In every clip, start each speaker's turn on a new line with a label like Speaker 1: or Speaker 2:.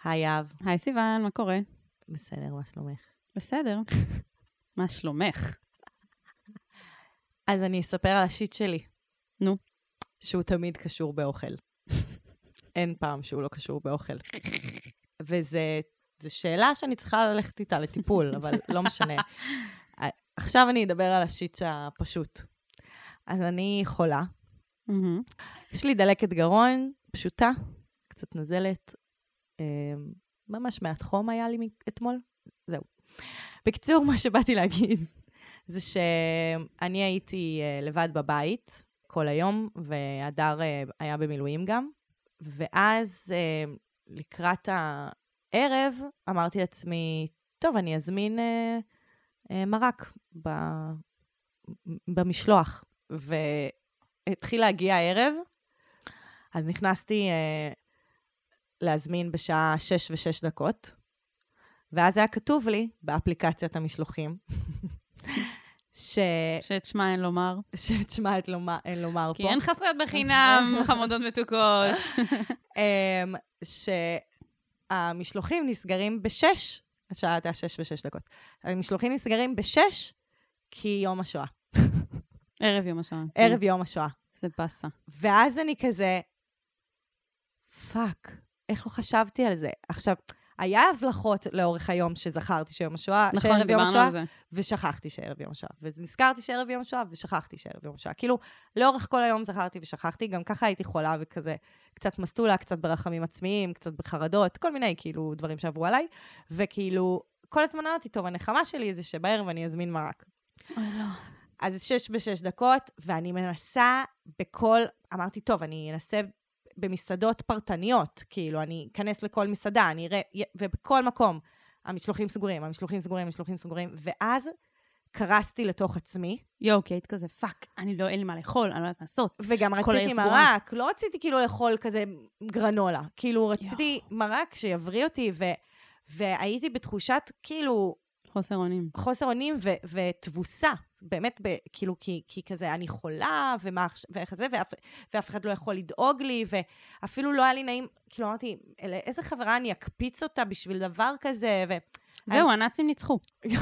Speaker 1: היי אב.
Speaker 2: היי סיוון, מה קורה?
Speaker 1: בסדר, מה שלומך?
Speaker 2: בסדר. מה שלומך?
Speaker 1: אז אני אספר על השיט שלי.
Speaker 2: נו.
Speaker 1: שהוא תמיד קשור באוכל. אין פעם שהוא לא קשור באוכל. וזו שאלה שאני צריכה ללכת איתה לטיפול, אבל לא משנה. עכשיו אני אדבר על השיט הפשוט. אז אני חולה. יש לי דלקת גרון, פשוטה, קצת נזלת. ממש מעט חום היה לי אתמול. זהו. בקיצור, מה שבאתי להגיד, זה שאני הייתי לבד בבית כל היום, והדר היה במילואים גם. ואז לקראת הערב אמרתי לעצמי, טוב, אני אזמין מרק במשלוח. והתחיל להגיע הערב, אז נכנסתי להזמין בשעה 6:06, ואז היה כתוב לי באפליקציית המשלוחים,
Speaker 2: שאת שמה אין לומר.
Speaker 1: שאת שמה אין לומר פה.
Speaker 2: כי אין חסויות בחינם, חמודות מתוקות.
Speaker 1: שהמשלוחים נסגרים ב-6, השעה הייתה 6:06. המשלוחים נסגרים ב-6, כי יום השואה.
Speaker 2: ערב יום השואה.
Speaker 1: ערב יום השואה.
Speaker 2: זה פסה.
Speaker 1: ואז אני כזה, פאק, איך לא חשבתי על זה? עכשיו, היה הבלחות לאורך היום שזכרתי שיום השואה,
Speaker 2: נכון,
Speaker 1: שערב יום
Speaker 2: דיברנו
Speaker 1: השואה,
Speaker 2: על זה.
Speaker 1: ושכחתי שערב יום השואה. ונזכרתי שערב יום השואה, ושכחתי שערב יום השואה. כאילו, לאורך כל היום זכרתי ושכחתי, גם ככה הייתי חולה וכזה, קצת מסטולה, קצת ברחמים עצמיים, קצת בחרדות, כל מיני כאילו דברים שעברו עליי, וכאילו, כל הזמן אמרתי, טוב, הנחמה שלי זה שבערב אני אזמין מרק.
Speaker 2: אוי לא.
Speaker 1: אז 6:06, ואני מנסה אמרתי, טוב, אני אנסה במסעדות פרטניות, כאילו, אני אכנס לכל מסעדה, אני אראה, ובכל מקום, המשלוחים סגורים, ואז קרסתי לתוך עצמי.
Speaker 2: כי היית כזה, פאק, אין לי מה לאכול, אני לא יודעת מה לעשות.
Speaker 1: וגם רציתי מרק, לא רציתי כאילו לאכול כזה גרנולה, כאילו רציתי מרק שיבריא אותי, והייתי בתחושת כאילו, חוסר אונים ותבוסה, באמת, כאילו, כי כזה, אני חולה, ואיך זה, ואף אחד לא יכול לדאוג לי, ואפילו לא היה לי נעים, כאילו, אמרתי, איזה חברה אני אקפיץ אותה בשביל דבר כזה,
Speaker 2: זהו, הנאצים ניצחו.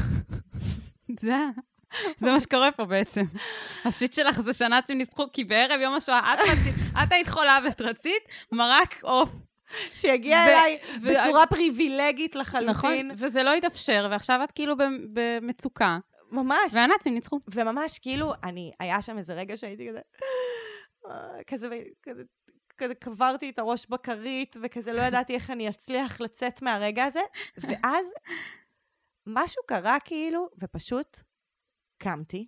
Speaker 2: זה מה שקורה פה בעצם. השיט שלך זה שהנאצים ניצחו, כי בערב יום השואה, את היית חולה ואת רצית מרק עוף.
Speaker 1: שיגיע אליי בצורה פריבילגית לחלוטין.
Speaker 2: נכון, וזה לא יתאפשר, ועכשיו את כאילו במצוקה.
Speaker 1: ממש.
Speaker 2: והנאצים ניצחו.
Speaker 1: וממש, כאילו, היה שם איזה רגע שהייתי כזה קברתי את הראש בכרית, וכזה לא ידעתי איך אני אצליח לצאת מהרגע הזה, ואז משהו קרה כאילו, ופשוט קמתי.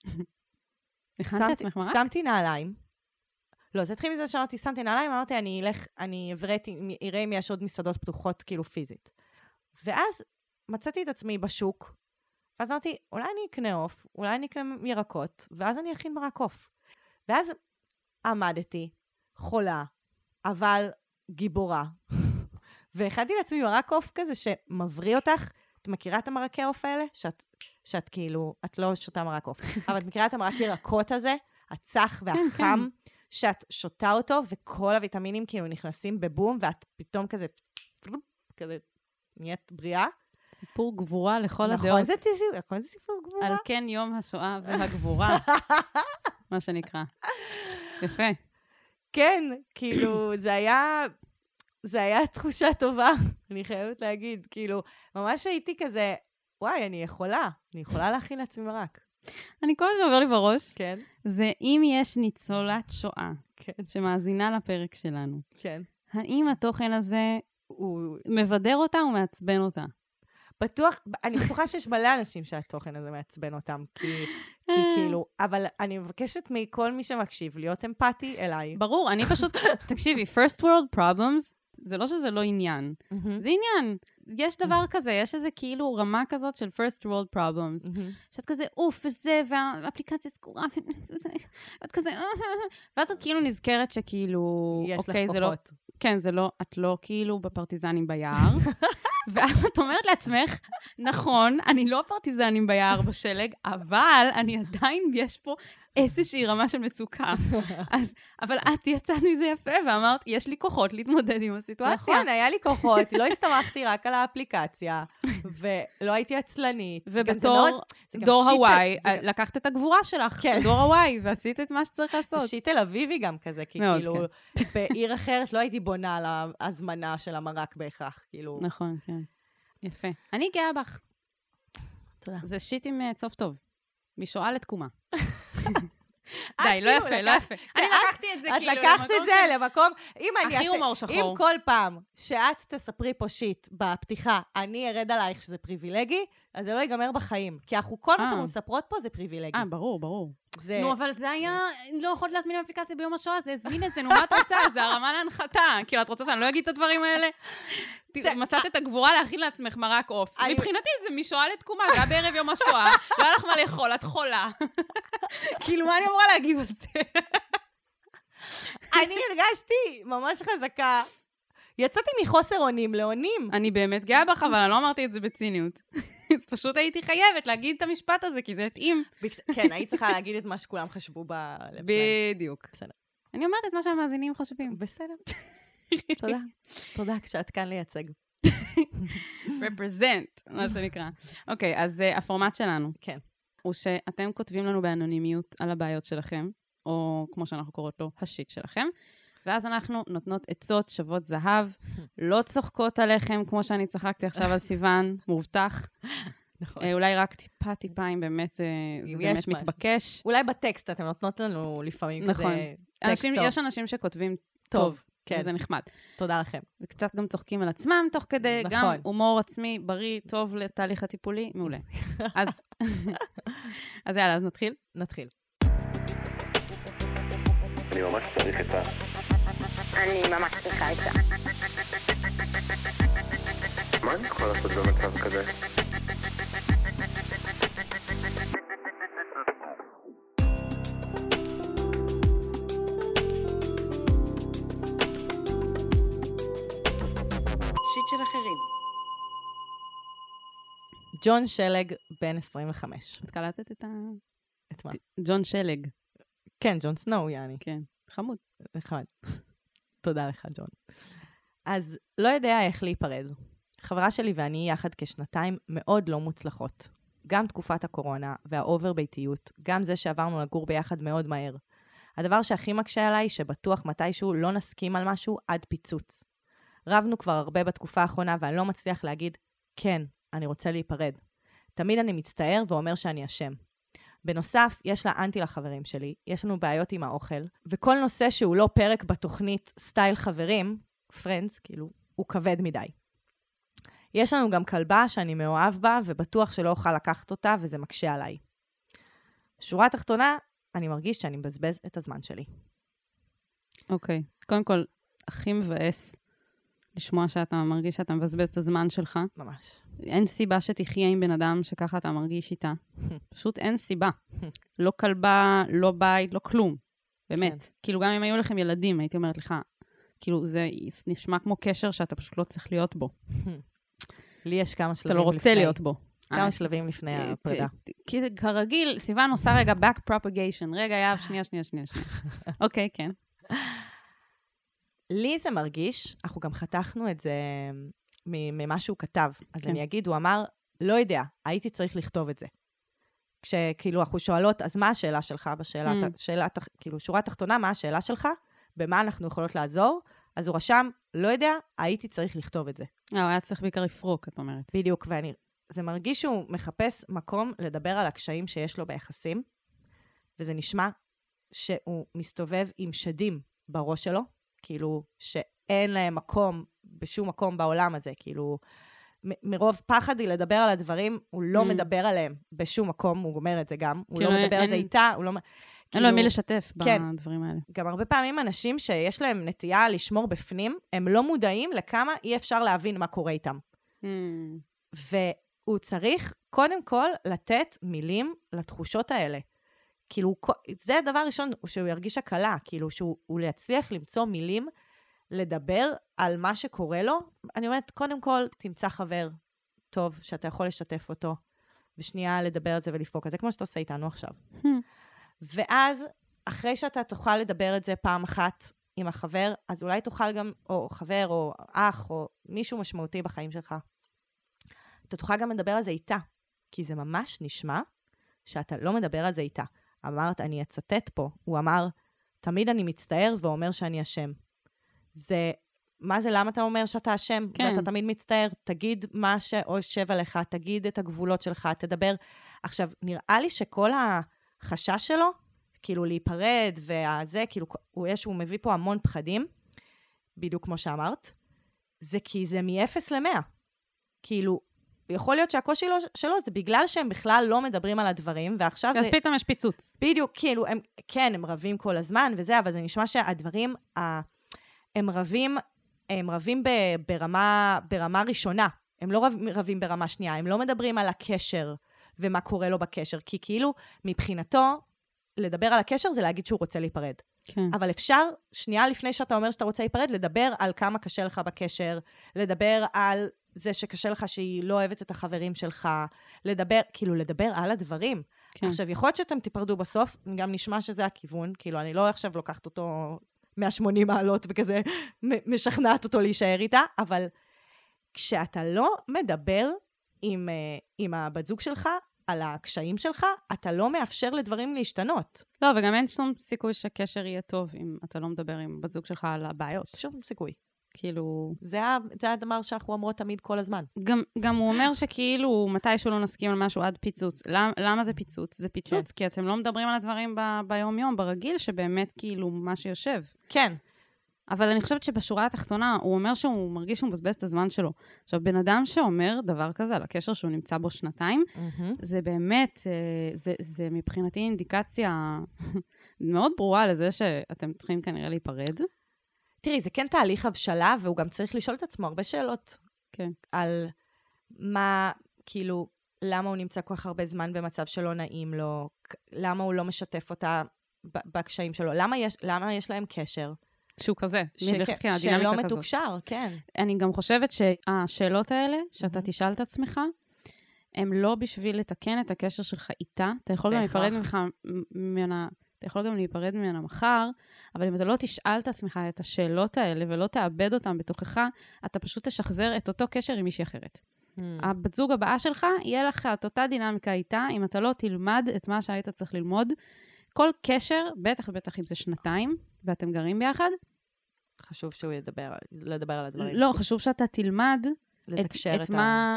Speaker 1: שמתי נעליים. לא, זה התחיל מזה שאמרתי, שמתי נעליים, אמרתי, אני אראה אם יש עוד מסעדות פתוחות, כאילו פיזית. ואז מצאתי את עצמי בשוק, ואז אמרתי, אולי אני אקנה עוף, אולי אני אקנה ירקות, ואז אני אכין מרק עוף. ואז עמדתי, חולה, אבל גיבורה. והכנתי לעצמי מרק עוף כזה שמבריא אותך. את מכירה את המרקי העוף האלה? שאת כאילו, את לא שותה מרק עוף, אבל את מכירה את המרק ירקות הזה, הצח והחם, שאת שותה אותו, וכל הוויטמינים כאילו נכנסים בבום, ואת פתאום כזה נהיית בריאה. סיפור
Speaker 2: גבורה לכל הדעות.
Speaker 1: נכון, זה סיפור גבורה.
Speaker 2: על כן יום השואה והגבורה, מה שנקרא. יפה.
Speaker 1: כן, כאילו, זה היה תחושה טובה, אני חייבת להגיד, כאילו, ממש הייתי כזה, וואי, אני יכולה להכין לעצמי מרק.
Speaker 2: אני כל מה שעובר לי בראש,
Speaker 1: כן.
Speaker 2: זה אם יש ניצולת שואה,
Speaker 1: כן.
Speaker 2: שמאזינה לפרק שלנו.
Speaker 1: כן.
Speaker 2: האם התוכן הזה הוא מבדר אותה או מעצבן אותה?
Speaker 1: אני בטוחה שיש מלא אנשים שהתוכן הזה מעצבן אותם, כי כאילו, אבל אני מבקשת מכל מי שמקשיב להיות אמפתי אליי.
Speaker 2: ברור, אני פשוט, תקשיבי, first world problems, זה לא שזה לא עניין, זה עניין. יש דבר כזה, יש איזה כאילו רמה כזאת של first world problems, שאת כזה אוף וזה, והאפליקציה סגורה, ואת כזה, ואז את כאילו נזכרת שכאילו,
Speaker 1: יש לך כוחות.
Speaker 2: כן, זה לא, את לא כאילו בפרטיזנים ביער, ואז את אומרת לעצמך, נכון, אני לא פרטיזנים ביער בשלג, אבל אני עדיין, יש פה איזושהי רמה של מצוקה. אבל את יצאת מזה יפה, ואמרת, יש לי כוחות להתמודד עם הסיטואציה.
Speaker 1: נכון, היה לי כוחות, לא הסתמכתי רק על האפליקציה, ולא הייתי עצלנית.
Speaker 2: ובתור דור הוואי, לקחת את הגבורה שלך, של דור הוואי, ועשית את מה שצריך לעשות.
Speaker 1: זה שיט תל אביבי גם כזה, כי כאילו, בעיר אחרת לא הייתי בונה על ההזמנה של המרק בהכרח, כאילו.
Speaker 2: נכון, כן. יפה. אני גאה בך.
Speaker 1: תודה.
Speaker 2: זה שיט עם סוף טוב. משואה לתקומה. די, לא יפה, לא יפה. אני לקחתי את זה כאילו
Speaker 1: למקום... את לקחת את זה למקום...
Speaker 2: הכי הומור שחור.
Speaker 1: אם כל פעם שאת תספרי פה שיט בפתיחה, אני ארד עלייך שזה פריבילגי, אז זה לא ייגמר בחיים. כי אנחנו, כל מה שאנחנו מספרות פה זה פריבילגי.
Speaker 2: ברור, ברור. נו, אבל זה היה... לא יכולת להזמין באפליקציה ביום השואה, זה הזמין את זה, נו, מה את רוצה? זה הרמה להנחתה. כאילו, את רוצה שאני לא אגיד את הדברים האלה? מצאת את הגבורה להכין לעצמך מרק עוף. מבחינתי זה משואה לתקומה, זה היה בערב יום השואה, לא היה לך מה לאכול, את חולה. כאילו, מה אני אמורה להגיב על זה?
Speaker 1: אני הרגשתי ממש חזקה. יצאתי מחוסר אונים לאונים.
Speaker 2: אני באמת גאה בך, אבל אני לא אמרתי את זה בציניות. פשוט הייתי חייבת להגיד את המשפט הזה, כי זה התאים.
Speaker 1: כן, היית צריכה להגיד את מה שכולם חשבו בלב שלהם.
Speaker 2: בדיוק. בסדר. אני אומרת את מה שהמאזינים חושבים.
Speaker 1: בסדר. תודה. תודה כשאת כאן לייצג.
Speaker 2: represent, מה שנקרא. אוקיי, אז הפורמט שלנו.
Speaker 1: כן.
Speaker 2: הוא שאתם כותבים לנו באנונימיות על הבעיות שלכם, או כמו שאנחנו קוראות לו, השיט שלכם, ואז אנחנו נותנות עצות שוות זהב, לא צוחקות עליכם, כמו שאני צחקתי עכשיו על סיוון, מובטח. נכון. אולי רק טיפה, אם באמת זה באמת מתבקש.
Speaker 1: אולי בטקסט אתם נותנות לנו לפעמים כזה טקסט טוב.
Speaker 2: יש אנשים שכותבים טוב, וזה נחמד.
Speaker 1: תודה לכם.
Speaker 2: וקצת גם צוחקים על עצמם תוך כדי, גם הומור עצמי, בריא, טוב לתהליך הטיפולי, מעולה. אז יאללה, אז נתחיל?
Speaker 1: נתחיל.
Speaker 3: אני ממש צריך את
Speaker 4: אני ממש צריכה את זה.
Speaker 3: מה אני יכול לעשות במצב כזה?
Speaker 4: שיט של אחרים.
Speaker 1: ג'ון שלג, בן 25.
Speaker 2: את קלטת
Speaker 1: את מה?
Speaker 2: ג'ון שלג.
Speaker 1: כן, ג'ון סנואו, יעני.
Speaker 2: כן, חמוד.
Speaker 1: נחמד. תודה לך, ג'ון. אז לא יודע איך להיפרד. חברה שלי ואני יחד כשנתיים מאוד לא מוצלחות. גם תקופת הקורונה והאובר ביתיות, גם זה שעברנו לגור ביחד מאוד מהר. הדבר שהכי מקשה עליי, שבטוח מתישהו לא נסכים על משהו עד פיצוץ. רבנו כבר הרבה בתקופה האחרונה, ואני לא מצליח להגיד, כן, אני רוצה להיפרד. תמיד אני מצטער ואומר שאני אשם. בנוסף, יש לה אנטי לחברים שלי, יש לנו בעיות עם האוכל, וכל נושא שהוא לא פרק בתוכנית סטייל חברים, פרנדס, כאילו, הוא כבד מדי. יש לנו גם כלבה שאני מאוהב בה, ובטוח שלא אוכל לקחת אותה, וזה מקשה עליי. שורה תחתונה, אני מרגיש שאני מבזבז את הזמן שלי.
Speaker 2: אוקיי. קודם כל, הכי מבאס לשמוע שאתה מרגיש שאתה מבזבז את הזמן שלך.
Speaker 1: ממש.
Speaker 2: אין סיבה שתחיה עם בן אדם שככה אתה מרגיש איתה. פשוט אין סיבה. לא כלבה, לא בית, לא כלום. באמת. כן. כאילו גם אם היו לכם ילדים, הייתי אומרת לך, כאילו זה נשמע כמו קשר שאתה פשוט לא צריך להיות בו.
Speaker 1: לי יש כמה שלבים
Speaker 2: לפני. אתה לא רוצה להיות בו.
Speaker 1: כמה שלבים לפני הפרידה.
Speaker 2: כי כרגיל, סיוון עושה רגע back propagation. רגע, יאב, שנייה. אוקיי, כן.
Speaker 1: לי זה מרגיש, אנחנו גם חתכנו את זה ממה שהוא כתב. אז כן. אני אגיד, הוא אמר, לא יודע, הייתי צריך לכתוב את זה. כשכאילו אנחנו שואלות, אז מה השאלה שלך כאילו שורה תחתונה, מה השאלה שלך? במה אנחנו יכולות לעזור? אז הוא רשם, לא יודע, הייתי צריך לכתוב את זה.
Speaker 2: הוא היה צריך בעיקר לפרוק, את אומרת.
Speaker 1: בדיוק, זה מרגיש שהוא מחפש מקום לדבר על הקשיים שיש לו ביחסים, וזה נשמע שהוא מסתובב עם שדים בראש שלו, כאילו שאין להם מקום בשום מקום בעולם הזה, כאילו מרוב פחד היא לדבר על הדברים, הוא לא מדבר עליהם בשום מקום, הוא אומר את זה גם, הוא לא מדבר על זה איתה, הוא לא...
Speaker 2: אין לו מי לשתף בדברים האלה.
Speaker 1: גם הרבה פעמים אנשים שיש להם נטייה לשמור בפנים, הם לא מודעים לכמה אי אפשר להבין מה קורה איתם. והוא צריך קודם כל לתת מילים לתחושות האלה. כאילו, זה הדבר הראשון שהוא ירגיש הקלה, כאילו שהוא יצליח למצוא מילים לדבר על מה שקורה לו. אני אומרת, קודם כל, תמצא חבר טוב שאתה יכול לשתף אותו, ושנייה לדבר על זה ולפרוק. זה כמו שאתה עושה איתנו עכשיו. ואז, אחרי שאתה תוכל לדבר את זה פעם אחת עם החבר, אז אולי תוכל גם, או חבר, או אח, או מישהו משמעותי בחיים שלך, אתה תוכל גם לדבר על זה איתה, כי זה ממש נשמע שאתה לא מדבר על זה איתה. אמרת, אני אצטט פה, הוא אמר, תמיד אני מצטער ואומר שאני אשם. זה, מה זה, למה אתה אומר שאתה אשם?
Speaker 2: כן.
Speaker 1: ואתה תמיד מצטער, תגיד מה שיושב עליך, תגיד את הגבולות שלך, תדבר. עכשיו, נראה לי שכל החשש שלו, כאילו להיפרד, והזה, כאילו, הוא מביא פה המון פחדים, בדיוק כמו שאמרת, זה כי זה מ-0 ל-100. כאילו, יכול להיות שהקושי שלו זה בגלל שהם בכלל לא מדברים על הדברים, ועכשיו
Speaker 2: אז פתאום יש פיצוץ.
Speaker 1: בדיוק, כאילו, הם רבים כל הזמן וזה, אבל זה נשמע שהדברים, הם רבים ברמה ראשונה. הם לא רבים ברמה שנייה, הם לא מדברים על הקשר ומה קורה לו בקשר, כי כאילו, מבחינתו, לדבר על הקשר זה להגיד שהוא רוצה להיפרד.
Speaker 2: כן.
Speaker 1: אבל אפשר, שנייה לפני שאתה אומר שאתה רוצה להיפרד, לדבר על כמה קשה לך בקשר, לדבר על זה שקשה לך שהיא לא אוהבת את החברים שלך, לדבר על הדברים.
Speaker 2: כן.
Speaker 1: עכשיו, יכול להיות שאתם תיפרדו בסוף, גם נשמע שזה הכיוון, כאילו, אני לא עכשיו לוקחת אותו 180 מעלות וכזה משכנעת אותו להישאר איתה, אבל כשאתה לא מדבר עם הבת זוג שלך, על הקשיים שלך, אתה לא מאפשר לדברים להשתנות.
Speaker 2: לא, וגם אין שום סיכוי שקשר יהיה טוב אם אתה לא מדבר עם בת זוג שלך על הבעיות.
Speaker 1: שום סיכוי.
Speaker 2: כאילו...
Speaker 1: זה הדבר שאנחנו אומרות תמיד כל הזמן.
Speaker 2: גם הוא אומר שכאילו, מתישהו לא נסכים על משהו עד פיצוץ. למה זה פיצוץ? זה פיצוץ, כי אתם לא מדברים על הדברים ביום-יום, ברגיל, שבאמת כאילו מה שיושב.
Speaker 1: כן.
Speaker 2: אבל אני חושבת שבשורה התחתונה, הוא אומר שהוא מרגיש שהוא מבזבז את הזמן שלו. עכשיו, בן אדם שאומר דבר כזה על הקשר שהוא נמצא בו 2, זה באמת, זה מבחינתי אינדיקציה מאוד ברורה לזה שאתם צריכים כנראה להיפרד.
Speaker 1: תראי, זה כן תהליך הבשלה, והוא גם צריך לשאול את עצמו הרבה שאלות.
Speaker 2: כן.
Speaker 1: על מה, כאילו, למה הוא נמצא כל כך הרבה זמן במצב שלא נעים לו, למה הוא לא משתף אותה בקשיים שלו, למה יש להם קשר.
Speaker 2: שהוא כזה,
Speaker 1: שלא מתוקשר, כן.
Speaker 2: אני גם חושבת שהשאלות האלה, שאתה תשאל את עצמך, הם לא בשביל לתקן את הקשר שלך איתה, אתה יכול גם להיפרד ממנה, אתה יכול גם להיפרד ממנה מחר, אבל אם אתה לא תשאל את עצמך את השאלות האלה, ולא תאבד אותן בתוכך, אתה פשוט תשחזר את אותו קשר עם מישהי אחרת. הבת זוג הבאה שלך, יהיה לך את אותה דינמיקה איתה, אם אתה לא תלמד את מה שהיית צריך ללמוד. כל קשר, בטח ובטח אם זה 2, ואתם גרים ביחד.
Speaker 1: חשוב שהוא לדבר על הדברים.
Speaker 2: לא, חשוב שאתה תלמד
Speaker 1: לתקשר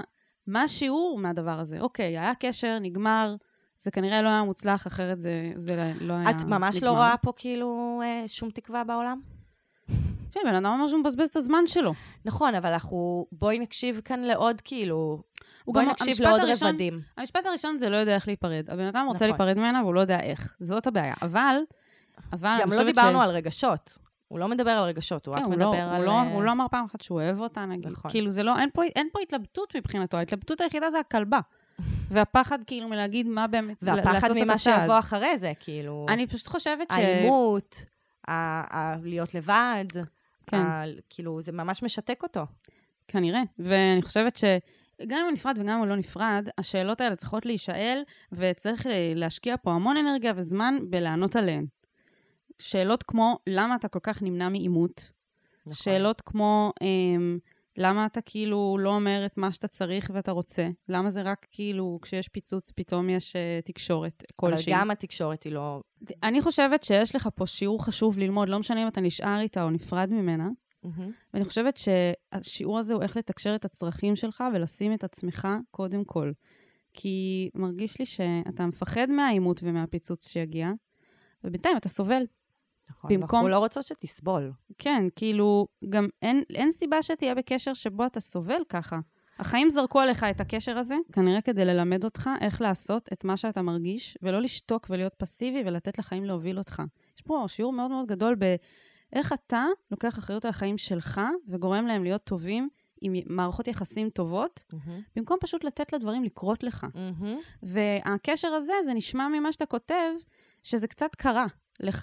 Speaker 2: מה השיעור מהדבר הזה. אוקיי, היה קשר, נגמר, זה כנראה לא היה מוצלח, אחרת זה לא היה נגמר.
Speaker 1: את ממש לא רואה פה כאילו שום תקווה בעולם?
Speaker 2: כן, בן אדם ממש מבזבז את הזמן שלו.
Speaker 1: נכון, אבל בואי נקשיב כאן לעוד כאילו, בואי נקשיב לעוד רבדים.
Speaker 2: המשפט הראשון זה לא יודע איך להיפרד. הבן אדם רוצה להיפרד ממנה והוא לא יודע איך. זאת הבעיה. אבל
Speaker 1: גם לא דיברנו על רגשות. הוא לא מדבר על רגשות, הוא רק מדבר על...
Speaker 2: הוא לא אמר פעם אחת שהוא אוהב אותה, נגיד. כאילו זה לא, אין פה התלבטות מבחינתו. ההתלבטות היחידה זה הכלבה. והפחד כאילו מלהגיד מה באמת,
Speaker 1: והפחד ממה שיבוא אחרי זה, כאילו...
Speaker 2: אני פשוט חושבת
Speaker 1: האימות, להיות לבד, כאילו זה ממש משתק אותו.
Speaker 2: כנראה, ואני חושבת שגם אם הוא נפרד וגם אם הוא לא נפרד, השאלות האלה צריכות להישאל, וצריך להשקיע פה המון אנרגיה וזמן בלענות עליהן. שאלות כמו, למה אתה כל כך נמנע מאימות? נכון. שאלות כמו, למה אתה כאילו לא אומר את מה שאתה צריך ואתה רוצה? למה זה רק כאילו, כשיש פיצוץ, פתאום יש תקשורת כלשהי?
Speaker 1: אבל גם התקשורת היא לא...
Speaker 2: אני חושבת שיש לך פה שיעור חשוב ללמוד, לא משנה אם אתה נשאר איתה או נפרד ממנה, ואני חושבת שהשיעור הזה הוא איך לתקשר את הצרכים שלך ולשים את עצמך קודם כל. כי מרגיש לי שאתה מפחד מהאימות ומהפיצוץ שיגיע, ובינתיים אתה סובל.
Speaker 1: נכון, אנחנו לא רוצות שתסבול.
Speaker 2: כן, כאילו, גם אין סיבה שתהיה בקשר שבו אתה סובל ככה. החיים זרקו עליך את הקשר הזה, כנראה כדי ללמד אותך איך לעשות את מה שאתה מרגיש, ולא לשתוק ולהיות פסיבי ולתת לחיים להוביל אותך. יש פה שיעור מאוד מאוד גדול באיך אתה לוקח אחריות על החיים שלך, וגורם להם להיות טובים, עם מערכות יחסים טובות, במקום פשוט לתת לדברים לקרות לך. והקשר הזה, זה נשמע ממה שאתה כותב, שזה קצת קרה לך,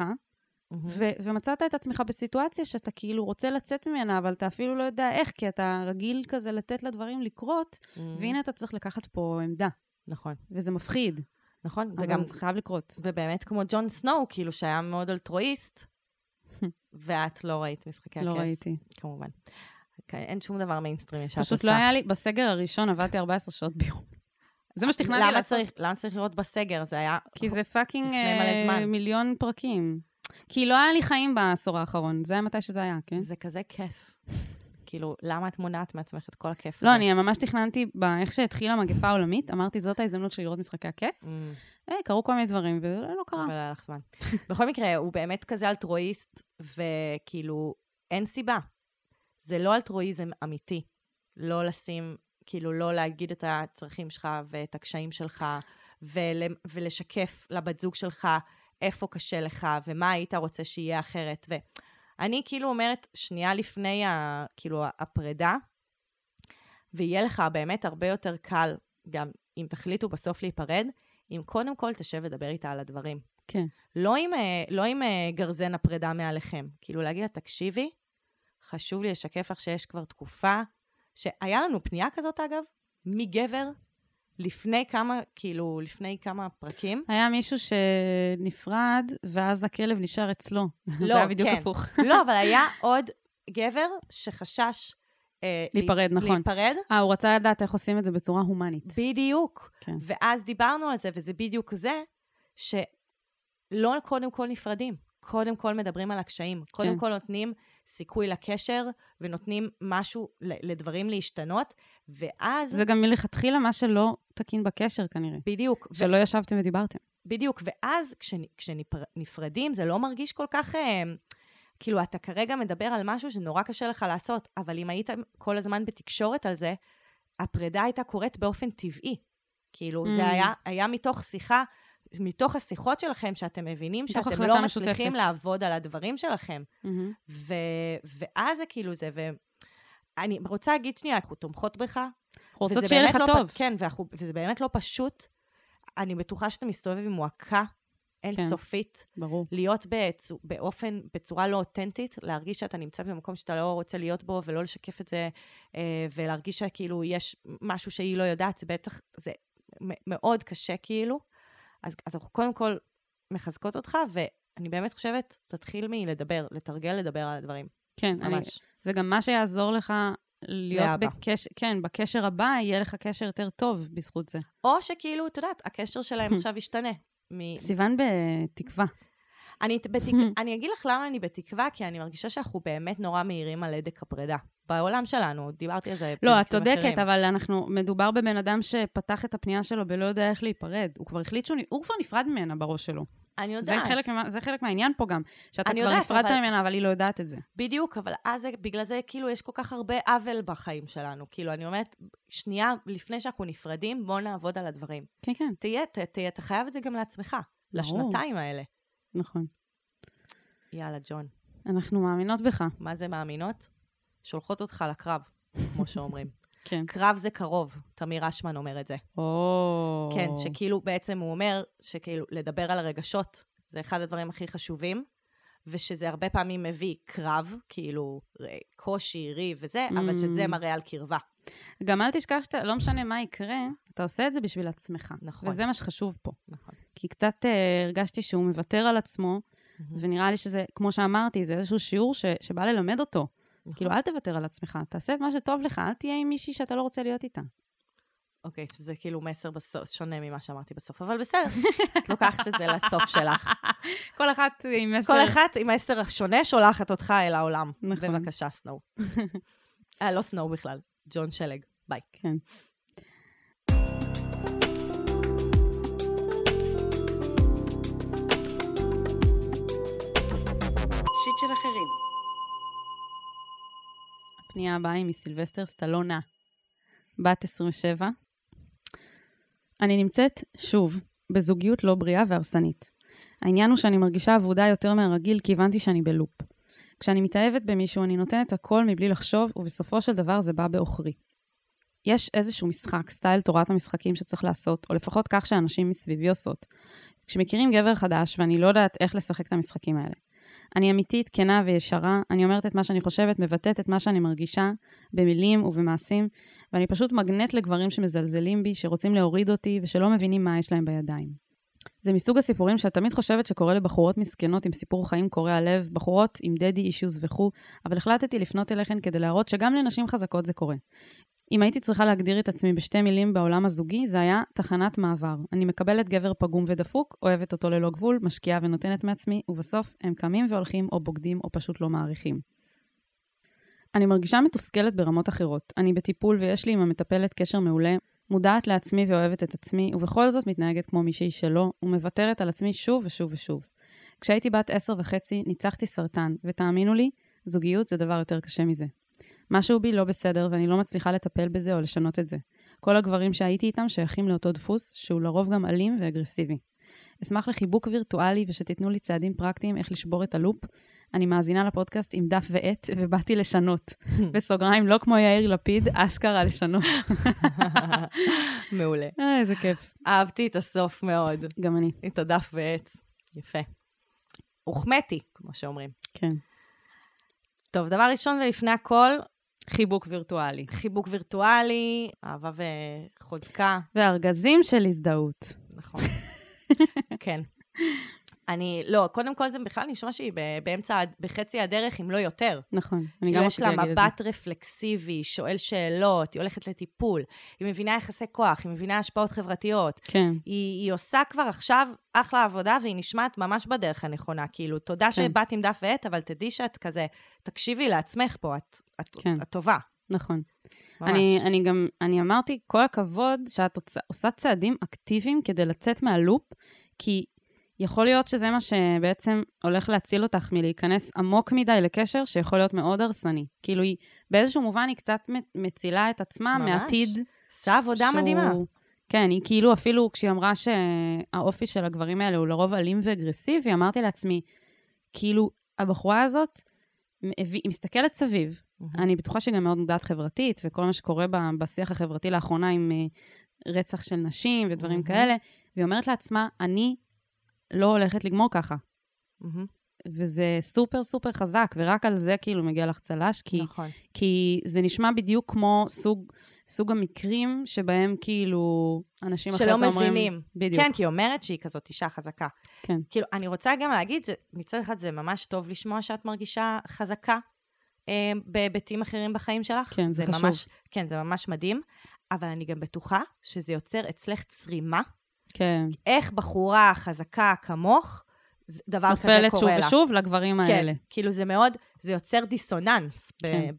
Speaker 2: ומצאת את עצמך בסיטואציה שאתה כאילו רוצה לצאת ממנה, אבל אתה אפילו לא יודע איך, כי אתה רגיל כזה לתת לדברים לקרות, והנה אתה צריך לקחת פה עמדה.
Speaker 1: נכון.
Speaker 2: וזה מפחיד.
Speaker 1: נכון?
Speaker 2: אבל זה חייב לקרות.
Speaker 1: ובאמת כמו ג'ון סנואו, כאילו שהיה מאוד אלטרואיסט, ואת לא ראית משחקי הכס.
Speaker 2: לא ראיתי.
Speaker 1: כמובן. אין שום דבר מיינסטרימי שאת עושה.
Speaker 2: פשוט לא היה לי, בסגר הראשון עבדתי 14 שעות ביום. זה מה שתכננתי לעשות.
Speaker 1: למה צריך לראות בסגר? זה היה...
Speaker 2: כי זה פאקינג מיליון פרקים. כי לא היה לי חיים בעשור האחרון. זה היה מתי שזה היה, כן?
Speaker 1: זה כזה כיף. כאילו, למה את מונעת מעצמך את כל הכיף הזה?
Speaker 2: לא, אני ממש תכננתי, איך שהתחילה המגפה העולמית, אמרתי, זאת ההזדמנות שלי לראות משחקי הכס. קרו כל מיני דברים, וזה לא קרה.
Speaker 1: אבל היה לך זמן. בכל מקרה, הוא באמת כזה אלטרואיסט, וכאילו, אין סיבה. זה לא אלטרואיזם אמיתי. לא לשים, כאילו, לא להגיד את הצרכים שלך ואת הקשיים שלך, ולשקף לבת זוג שלך איפה קשה לך, ומה היית רוצה שיהיה אחרת. ואני כאילו אומרת, שנייה לפני כאילו הפרידה, ויהיה לך באמת הרבה יותר קל, גם אם תחליטו בסוף להיפרד, אם קודם כל תשב ודבר איתה על הדברים.
Speaker 2: כן.
Speaker 1: לא עם גרזן הפרידה מעליכם. כאילו להגיד לה, תקשיבי, חשוב לי לשקף לך שיש כבר תקופה, שהיה לנו פנייה כזאת אגב, מגבר, לפני כמה פרקים.
Speaker 2: היה מישהו שנפרד, ואז הכלב נשאר אצלו.
Speaker 1: לא,
Speaker 2: זה היה בדיוק
Speaker 1: כן.
Speaker 2: הפוך.
Speaker 1: לא, אבל היה עוד גבר שחשש
Speaker 2: להיפרד, נכון.
Speaker 1: להיפרד.
Speaker 2: הוא רצה לדעת איך עושים את זה בצורה הומנית.
Speaker 1: בדיוק.
Speaker 2: כן.
Speaker 1: ואז דיברנו על זה, וזה בדיוק זה, שלא קודם כל נפרדים. קודם כל מדברים על הקשיים. קודם כל נותנים סיכוי לקשר, ונותנים משהו לדברים להשתנות, ואז...
Speaker 2: זה גם מלכתחילה מה שלא תקין בקשר כנראה.
Speaker 1: בדיוק.
Speaker 2: שלא ישבתם ודיברתם.
Speaker 1: בדיוק, ואז כשנפרדים, זה לא מרגיש כל כך... כאילו, אתה כרגע מדבר על משהו שנורא קשה לך לעשות, אבל אם היית כל הזמן בתקשורת על זה, הפרידה הייתה קורית באופן טבעי. כאילו, זה היה מתוך שיחה, מתוך השיחות שלכם, שאתם מבינים שאתם לא מצליחים לעבוד על הדברים שלכם. ואז זה כאילו זה, ואני רוצה להגיד שנייה, אנחנו תומכות בך.
Speaker 2: רוצות שיהיה לך טוב.
Speaker 1: כן, וזה באמת לא פשוט. אני בטוחה שאתה מסתובב עם מועקה אינסופית.
Speaker 2: ברור.
Speaker 1: להיות בצורה לא אותנטית, להרגיש שאתה נמצא במקום שאתה לא רוצה להיות בו, ולא לשקף את זה, ולהרגיש שכאילו יש משהו שהיא לא יודעת, זה בטח, זה מאוד קשה כאילו. אז אנחנו קודם כל מחזקות אותך, ואני באמת חושבת, תתחיל מלדבר, לתרגל לדבר על הדברים.
Speaker 2: כן, זה גם מה שיעזור לך להיות בקשר הבא, יהיה לך קשר יותר טוב בזכות זה.
Speaker 1: או שכאילו, אתה יודעת, הקשר שלהם עכשיו ישתנה.
Speaker 2: סיוון בתקווה.
Speaker 1: אני אגיד לך למה אני בתקווה, כי אני מרגישה שאנחנו באמת נורא מהירים על הדק הפרידה. בעולם שלנו, דיברתי על זה.
Speaker 2: לא, את צודקת, אבל מדובר בבן אדם שפתח את הפנייה שלו ולא יודע איך להיפרד. הוא כבר החליט הוא כבר נפרד ממנה בראש שלו.
Speaker 1: אני יודעת.
Speaker 2: זה חלק מהעניין פה גם, שאתה כבר נפרדת ממנה, אבל היא לא יודעת את זה.
Speaker 1: בדיוק, אבל אז בגלל זה כאילו יש כל כך הרבה עוול בחיים שלנו. כאילו, אני אומרת, שנייה, לפני שאנחנו נפרדים, בואו נעבוד על הדברים.
Speaker 2: כן, כן.
Speaker 1: אתה חייב את זה גם לעצמך, לשנתיים האלה.
Speaker 2: נכון.
Speaker 1: יאללה, ג'ון.
Speaker 2: אנחנו מאמינות בך.
Speaker 1: מה זה מאמינות? שולחות אותך לקרב, כמו שאומרים.
Speaker 2: כן.
Speaker 1: קרב זה קרוב, תמיר אשמן אומר את זה. כן, שכאילו בעצם הוא אומר, שכאילו לדבר על הרגשות, זה אחד הדברים הכי חשובים, ושזה הרבה פעמים מביא קרב, כאילו קושי, ריב וזה, אבל שזה מראה על קרבה.
Speaker 2: גם אל תשכח שאתה, לא משנה מה יקרה, אתה עושה את זה בשביל עצמך.
Speaker 1: נכון.
Speaker 2: וזה מה שחשוב פה.
Speaker 1: נכון.
Speaker 2: כי קצת הרגשתי שהוא מוותר על עצמו, ונראה לי שזה, כמו שאמרתי, זה איזשהו שיעור שבא ללמד אותו. כאילו, אל תוותר על עצמך, תעשה את מה שטוב לך, אל תהיה עם מישהי שאתה לא רוצה להיות איתה.
Speaker 1: אוקיי, שזה כאילו מסר שונה ממה שאמרתי בסוף, אבל בסדר, את לוקחת את זה לסוף שלך.
Speaker 2: כל אחת עם מסר...
Speaker 1: כל אחת עם מסר שונה שולחת אותך אל העולם.
Speaker 2: נכון.
Speaker 1: בבקשה, סנואו. לא סנואו בכלל, ג'ון שלג. ביי.
Speaker 2: כן.
Speaker 4: שיט של אחרים.
Speaker 2: הפנייה הבאה היא מסילבסטר סטלונה, בת 27. אני נמצאת, שוב, בזוגיות לא בריאה והרסנית. העניין הוא שאני מרגישה עבודה יותר מהרגיל, כי הבנתי שאני בלופ. כשאני מתאהבת במישהו, אני נותנת הכל מבלי לחשוב, ובסופו של דבר זה בא באוכרי. יש איזשהו משחק, סטייל תורת המשחקים שצריך לעשות, או לפחות כך שאנשים מסביבי עושות. כשמכירים גבר חדש, ואני לא יודעת איך לשחק את המשחקים האלה. אני אמיתית, כנה וישרה, אני אומרת את מה שאני חושבת, מבטאת את מה שאני מרגישה, במילים ובמעשים, ואני פשוט מגנט לגברים שמזלזלים בי, שרוצים להוריד אותי, ושלא מבינים מה יש להם בידיים. זה מסוג הסיפורים שאת תמיד חושבת שקורה לבחורות מסכנות עם סיפור חיים קורע לב, בחורות עם דדי אישוז וכו', אבל החלטתי לפנות אליכן כדי להראות שגם לנשים חזקות זה קורה. אם הייתי צריכה להגדיר את עצמי בשתי מילים בעולם הזוגי, זה היה תחנת מעבר. אני מקבלת גבר פגום ודפוק, אוהבת אותו ללא גבול, משקיעה ונותנת מעצמי, ובסוף הם קמים והולכים או בוגדים או פשוט לא מעריכים. אני מרגישה מתוסכלת ברמות אחרות. אני בטיפול ויש לי עם המטפלת קשר מעולה, מודעת לעצמי ואוהבת את עצמי, ובכל זאת מתנהגת כמו מישהי שלא, ומוותרת על עצמי שוב ושוב ושוב. כשהייתי בת 10.5, ניצחתי סרטן, ותאמינו לי, זוגיות זה דבר יותר קשה מזה. משהו בי לא בסדר, ואני לא מצליחה לטפל בזה או לשנות את זה. כל הגברים שהייתי איתם שייכים לאותו דפוס, שהוא לרוב גם אלים ואגרסיבי. אשמח לחיבוק וירטואלי, ושתיתנו לי צעדים פרקטיים איך לשבור את הלופ. אני מאזינה לפודקאסט עם דף ועט, ובאתי לשנות. בסוגריים, לא כמו יאיר לפיד, אשכרה לשנות.
Speaker 1: מעולה.
Speaker 2: איזה כיף.
Speaker 1: אהבתי את הסוף מאוד.
Speaker 2: גם אני.
Speaker 1: את הדף ועט. יפה. הוחמאתי, כמו שאומרים.
Speaker 2: כן.
Speaker 1: טוב, דבר ראשון ולפני הכל,
Speaker 2: חיבוק וירטואלי.
Speaker 1: חיבוק וירטואלי, אהבה וחוזקה.
Speaker 2: וארגזים של הזדהות.
Speaker 1: נכון. כן. לא, קודם כל זה בכלל נשמע שהיא באמצע, בחצי הדרך, אם לא יותר.
Speaker 2: נכון, אני גם
Speaker 1: יש לה מבט רפלקסיבי, שואל שאלות, היא הולכת לטיפול, היא מבינה יחסי כוח, היא מבינה השפעות חברתיות.
Speaker 2: כן.
Speaker 1: היא עושה כבר עכשיו אחלה עבודה, והיא נשמעת ממש בדרך הנכונה. כאילו, תודה שבאת עם דף ועט, אבל תדעי שאת כזה, תקשיבי לעצמך פה, את טובה.
Speaker 2: נכון.
Speaker 1: ממש.
Speaker 2: אני אמרתי, כל הכבוד שאת עושה צעדים אקטיביים כדי לצאת מהלופ, כי יכול להיות שזה מה שבעצם הולך להציל אותך מלהיכנס עמוק מדי לקשר שיכול להיות מאוד הרסני. כאילו היא, באיזשהו מובן היא קצת מצילה את עצמה מעתיד.
Speaker 1: עושה עבודה מדהימה.
Speaker 2: כן, היא כאילו אפילו כשהיא אמרה שהאופי של הגברים האלה הוא לרוב אלים ואגרסיבי, אמרתי לעצמי, כאילו הבחורה הזאת, היא מסתכלת סביב. אני בטוחה שגם מאוד מודעת חברתית, וכל מה שקורה בשיח החברתי לאחרונה עם רצח של נשים ודברים כאלה, והיא אומרת לעצמה, אני לא הולכת לגמור ככה. וזה סופר סופר חזק, ורק על זה כאילו מגיע לך צלש, כי זה נשמע בדיוק כמו סוג המקרים שבהם כאילו אנשים אחרי זה אומרים...
Speaker 1: שלא מבינים.
Speaker 2: בדיוק.
Speaker 1: כן, כי היא אומרת שהיא כזאת אישה חזקה.
Speaker 2: כן.
Speaker 1: כאילו, אני רוצה גם להגיד, מצד אחד זה ממש טוב לשמוע שאת מרגישה חזקה בהיבטים אחרים בחיים שלך.
Speaker 2: כן, זה חשוב.
Speaker 1: כן, זה ממש מדהים, אבל אני גם בטוחה שזה יוצר אצלך צרימה.
Speaker 2: כן.
Speaker 1: איך בחורה חזקה כמוך, דבר כזה קורה לה.
Speaker 2: נופלת שוב ושוב לגברים האלה.
Speaker 1: כן, כאילו זה מאוד, זה יוצר דיסוננס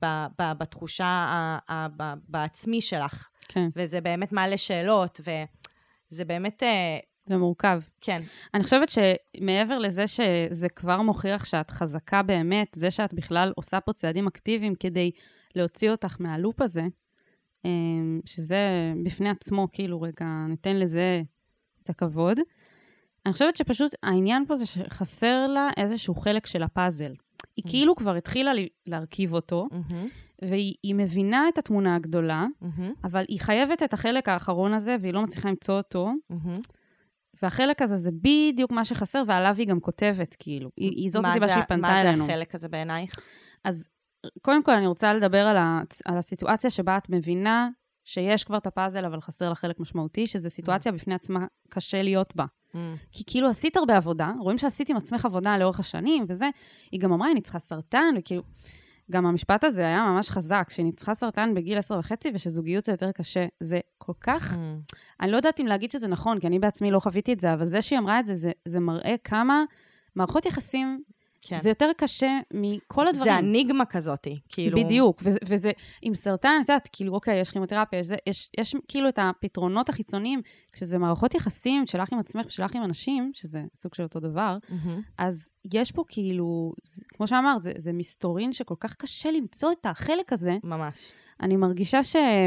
Speaker 1: בתחושה בעצמי שלך.
Speaker 2: כן.
Speaker 1: וזה באמת מעלה שאלות, וזה באמת...
Speaker 2: זה מורכב.
Speaker 1: כן.
Speaker 2: אני חושבת שמעבר לזה שזה כבר מוכיח שאת חזקה באמת, זה שאת בכלל עושה פה צעדים אקטיביים כדי להוציא אותך מהלופ הזה, שזה בפני עצמו, כאילו רגע, ניתן לזה את הכבוד. אני חושבת שפשוט העניין פה זה שחסר לה איזשהו חלק של הפאזל. היא כאילו כבר התחילה להרכיב אותו, והיא מבינה את התמונה הגדולה, אבל היא חייבת את החלק האחרון הזה, והיא לא מצליחה למצוא אותו, והחלק הזה זה בדיוק מה שחסר, ועליו היא גם כותבת, כאילו. זאת הסיבה שהיא פנתה אלינו.
Speaker 1: מה זה החלק הזה בעינייך?
Speaker 2: אז קודם כל אני רוצה לדבר על הסיטואציה שבה את מבינה שיש כבר את הפאזל, אבל חסר לה חלק משמעותי, שזו סיטואציה בפני עצמה קשה להיות בה. כי כאילו עשית הרבה עבודה, רואים שעשית עם עצמך עבודה לאורך השנים, וזה, היא גם אמרה, היא ניצחה סרטן, וכאילו, גם המשפט הזה היה ממש חזק, שהיא ניצחה סרטן בגיל 10.5, ושזוגיות זה יותר קשה. זה כל כך, אני לא יודעת אם להגיד שזה נכון, כי אני בעצמי לא חוויתי את זה, אבל זה שהיא אמרה את זה, זה מראה כמה מערכות יחסים, כן. זה יותר קשה מכל הדברים.
Speaker 1: זה אניגמה כזאת, כאילו...
Speaker 2: בדיוק, וזה, עם סרטן, את יודעת, כאילו, אוקיי, יש כימותרפיה, יש כאילו את הפתרונות החיצוניים, כשזה מערכות יחסים, שלך עם עצמך ושלך עם אנשים, שזה סוג של אותו דבר, אז יש פה כאילו, כמו שאמרת, זה מסתורין שכל כך קשה למצוא את החלק הזה.
Speaker 1: ממש.
Speaker 2: אני מרגישה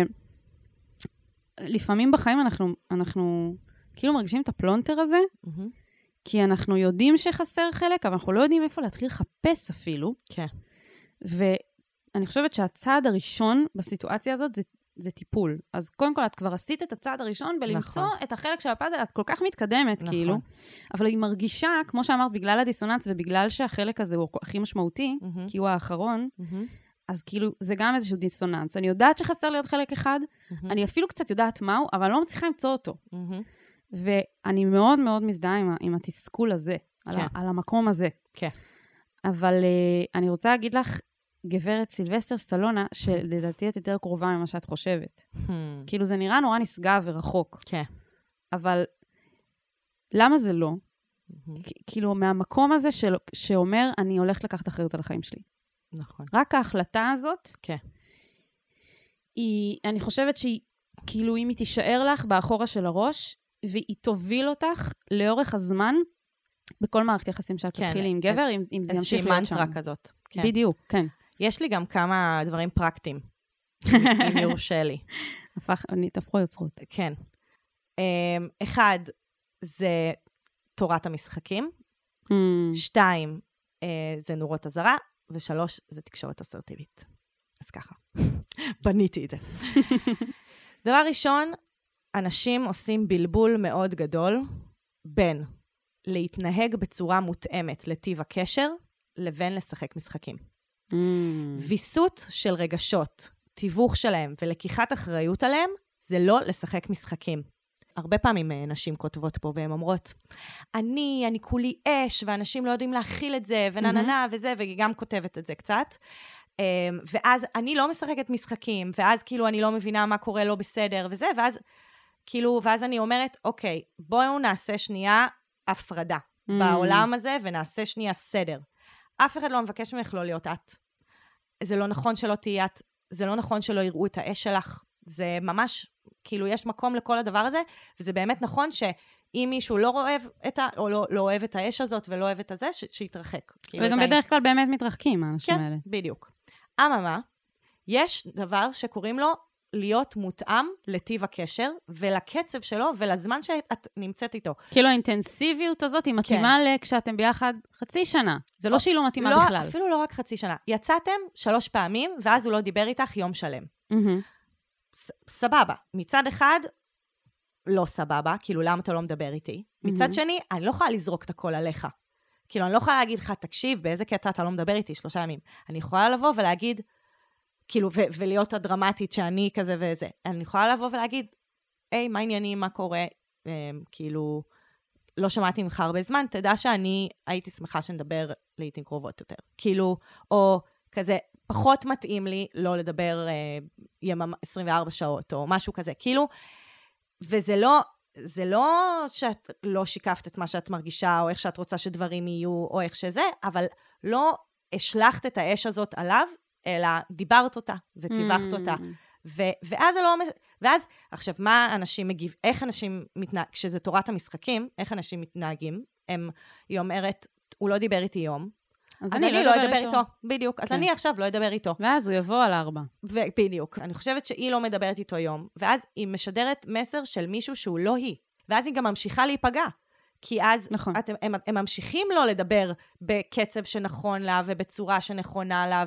Speaker 2: שלפעמים בחיים אנחנו כאילו מרגישים את הפלונטר הזה, כי אנחנו יודעים שחסר חלק, אבל אנחנו לא יודעים איפה להתחיל לחפש אפילו.
Speaker 1: כן.
Speaker 2: ואני חושבת שהצעד הראשון בסיטואציה הזאת זה טיפול. אז קודם כל, את כבר עשית את הצעד הראשון בלמצוא את החלק של הפאזל, את כל כך מתקדמת, כאילו. אבל היא מרגישה, כמו שאמרת, בגלל הדיסוננס ובגלל שהחלק הזה הוא הכי משמעותי, כי הוא האחרון, אז כאילו, זה גם איזשהו דיסוננס. אני יודעת שחסר לי עוד חלק אחד, אני אפילו קצת יודעת מהו, אבל לא מצליחה למצוא אותו. ואני מאוד מאוד מזדהה עם התסכול הזה, על המקום הזה.
Speaker 1: כן.
Speaker 2: אבל אני רוצה להגיד לך, גברת סילבסטר סטלונה, שלדעתי את יותר קרובה ממה שאת חושבת. כאילו זה נראה נורא נשגב ורחוק.
Speaker 1: כן.
Speaker 2: אבל למה זה לא? כאילו מהמקום הזה שאומר, אני הולכת לקחת אחריות על החיים שלי.
Speaker 1: נכון.
Speaker 2: רק ההחלטה הזאת,
Speaker 1: כן.
Speaker 2: אני חושבת שהיא, כאילו אם היא תישאר לך באחורה של הראש, והיא תוביל אותך לאורך הזמן, בכל מערכת יחסים שאת תתחילי עם גבר, אם זה ימשיך להיות שם.
Speaker 1: איזושהי מנטרה כזאת.
Speaker 2: בדיוק, כן.
Speaker 1: יש לי גם כמה דברים פרקטיים, אם יורשה לי.
Speaker 2: תהפכו היוצרות.
Speaker 1: כן. אחד, זה תורת המשחקים. 2, זה נורות הזרה. ו3, זה תקשורת אסרטיבית. אז ככה. בניתי את זה. דבר ראשון, אנשים עושים בלבול מאוד גדול בין להתנהג בצורה מותאמת לטיב הקשר, לבין לשחק משחקים. ויסות של רגשות, תיווך שלהם ולקיחת אחריות עליהם, זה לא לשחק משחקים. הרבה פעמים נשים כותבות פה והן אומרות, אני כולי אש, ואנשים לא יודעים להכיל את זה, ונננה וזה, והיא גם כותבת את זה קצת. ואז אני לא משחקת משחקים, ואז כאילו אני לא מבינה מה קורה לא בסדר וזה, ואז אני אומרת, אוקיי, בואו נעשה שנייה הפרדה בעולם הזה, ונעשה שנייה סדר. אף אחד לא מבקש ממך לא להיות את. זה לא נכון שלא תהיה את, זה לא נכון שלא יראו את האש שלך, זה ממש, כאילו יש מקום לכל הדבר הזה, וזה באמת נכון שאם מישהו לא אוהב או לא אוהב את האש הזאת, ולא אוהב את הזה, שיתרחק.
Speaker 2: וגם בדרך כלל באמת מתרחקים, האנשים האלה.
Speaker 1: כן, בדיוק. אממה, יש דבר שקוראים לו להיות מותאם לטיב הקשר, ולקצב שלו, ולזמן שאת נמצאת איתו.
Speaker 2: כאילו האינטנסיביות הזאת היא מתאימה כשאתם ביחד חצי שנה. זה לא שהיא לא מתאימה בכלל.
Speaker 1: אפילו לא רק חצי שנה. יצאתם 3 פעמים, ואז הוא לא דיבר איתך יום שלם. סבבה. מצד אחד, לא סבבה, כאילו למה אתה לא מדבר איתי? מצד שני, אני לא יכולה לזרוק את הכל עליך. כאילו אני לא יכולה להגיד לך, תקשיב, באיזה קטע אתה לא מדבר איתי 3 ימים. אני יכולה לבוא ולהגיד, כאילו, ולהיות הדרמטית שאני כזה וזה. אני יכולה לבוא ולהגיד, היי, מה העניינים, מה קורה? כאילו, לא שמעתי ממך הרבה זמן, תדע שאני הייתי שמחה שנדבר לעתים קרובות יותר. כאילו, או כזה, פחות מתאים לי לא לדבר 24 שעות, או משהו כזה. כאילו, וזה לא שאת לא שיקפת את מה שאת מרגישה, או איך שאת רוצה שדברים יהיו, או איך שזה, אבל לא השלחת את האש הזאת עליו, אלא דיברת אותה, וטיווחת אותה. ואז זה לא... ואז, עכשיו, מה אנשים מגיב... איך אנשים מתנהגים... כשזה תורת המשחקים, איך אנשים מתנהגים? היא אומרת, הוא לא דיבר איתי יום, אז אני לא אדבר איתו. בדיוק. אז אני עכשיו לא אדבר איתו.
Speaker 2: ואז הוא יבוא על 4.
Speaker 1: בדיוק. אני חושבת שהיא לא מדברת איתו יום, ואז היא משדרת מסר של מישהו שהוא לא היא. ואז היא גם ממשיכה להיפגע. כי אז הם ממשיכים לא לדבר בקצב שנכון לה, ובצורה שנכונה לה,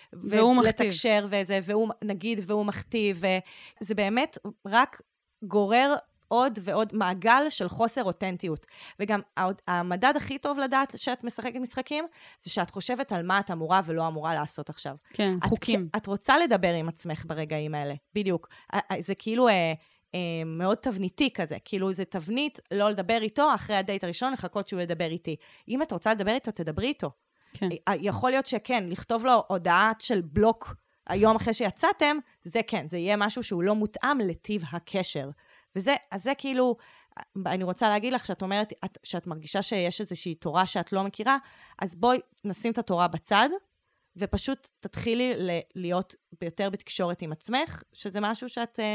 Speaker 1: ולתקשר וזה, והוא נגיד, והוא מכתיב, וזה באמת רק גורר עוד ועוד מעגל של חוסר אותנטיות. וגם המדד הכי טוב לדעת שאת משחקת משחקים, זה שאת חושבת על מה את אמורה ולא אמורה לעשות עכשיו.
Speaker 2: כן, חוקים.
Speaker 1: את רוצה לדבר עם עצמך ברגעים האלה, בדיוק. זה כאילו... מאוד תבניתי כזה, כאילו זה תבנית לא לדבר איתו אחרי הדייט הראשון, לחכות שהוא ידבר איתי. אם את רוצה לדבר איתו, תדברי איתו. כן. יכול להיות שכן, לכתוב לו הודעה של בלוק היום אחרי שיצאתם, זה כן, זה יהיה משהו שהוא לא מותאם לטיב הקשר. וזה, אז זה כאילו, אני רוצה להגיד לך שאת אומרת, שאת מרגישה שיש איזושהי תורה שאת לא מכירה, אז בואי נשים את התורה בצד, ופשוט תתחילי להיות יותר בתקשורת עם עצמך, שזה משהו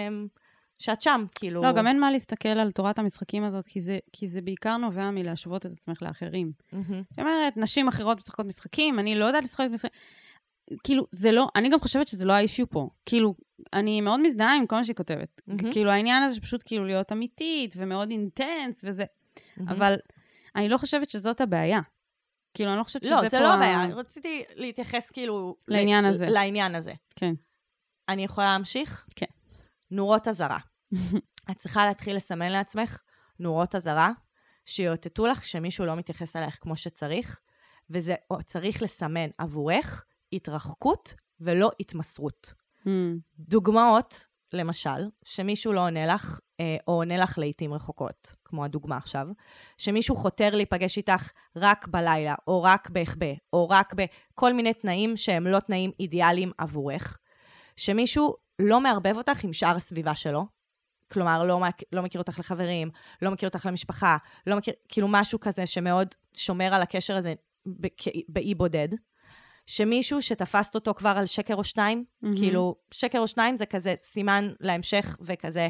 Speaker 1: שאת שם, כאילו...
Speaker 2: לא, גם אין מה להסתכל על תורת המשחקים הזאת, כי זה בעיקר נובע מלהשוות את עצמך לאחרים. זאת אומרת, נשים אחרות משחקות משחקים, אני לא יודעת לשחק משחקים. כאילו, זה לא, אני גם חושבת שזה לא האישיו פה. כאילו, אני מאוד מזדהה עם כל מה שהיא כותבת. כאילו, העניין הזה שפשוט כאילו להיות אמיתית, ומאוד אינטנס, וזה. אבל אני לא חושבת שזאת הבעיה. כאילו, אני לא חושבת שזה פה...
Speaker 1: לא, זה לא הבעיה. רציתי להתייחס כאילו... לעניין הזה.
Speaker 2: כן.
Speaker 1: אני יכולה להמשיך?
Speaker 2: כן.
Speaker 1: נורות הזרה. את צריכה להתחיל לסמן לעצמך נורות הזרה, שיוטטו לך שמישהו לא מתייחס עליך כמו שצריך, וזה צריך לסמן עבורך התרחקות ולא התמסרות. דוגמאות, למשל, שמישהו לא עונה לך או עונה לך לעתים רחוקות, כמו הדוגמה עכשיו, שמישהו חותר להיפגש איתך רק בלילה, או רק בהחבא, או רק בכל מיני תנאים שהם לא תנאים אידיאליים עבורך, שמישהו לא מערבב אותך עם שאר הסביבה שלו, כלומר, לא מכיר אותך לחברים, לא מכיר אותך למשפחה, לא מכיר, כאילו משהו כזה שמאוד שומר על הקשר הזה באי בודד, שמישהו שתפסת אותו כבר על שקר או שניים, כאילו, שקר או שניים זה כזה סימן להמשך, וכזה,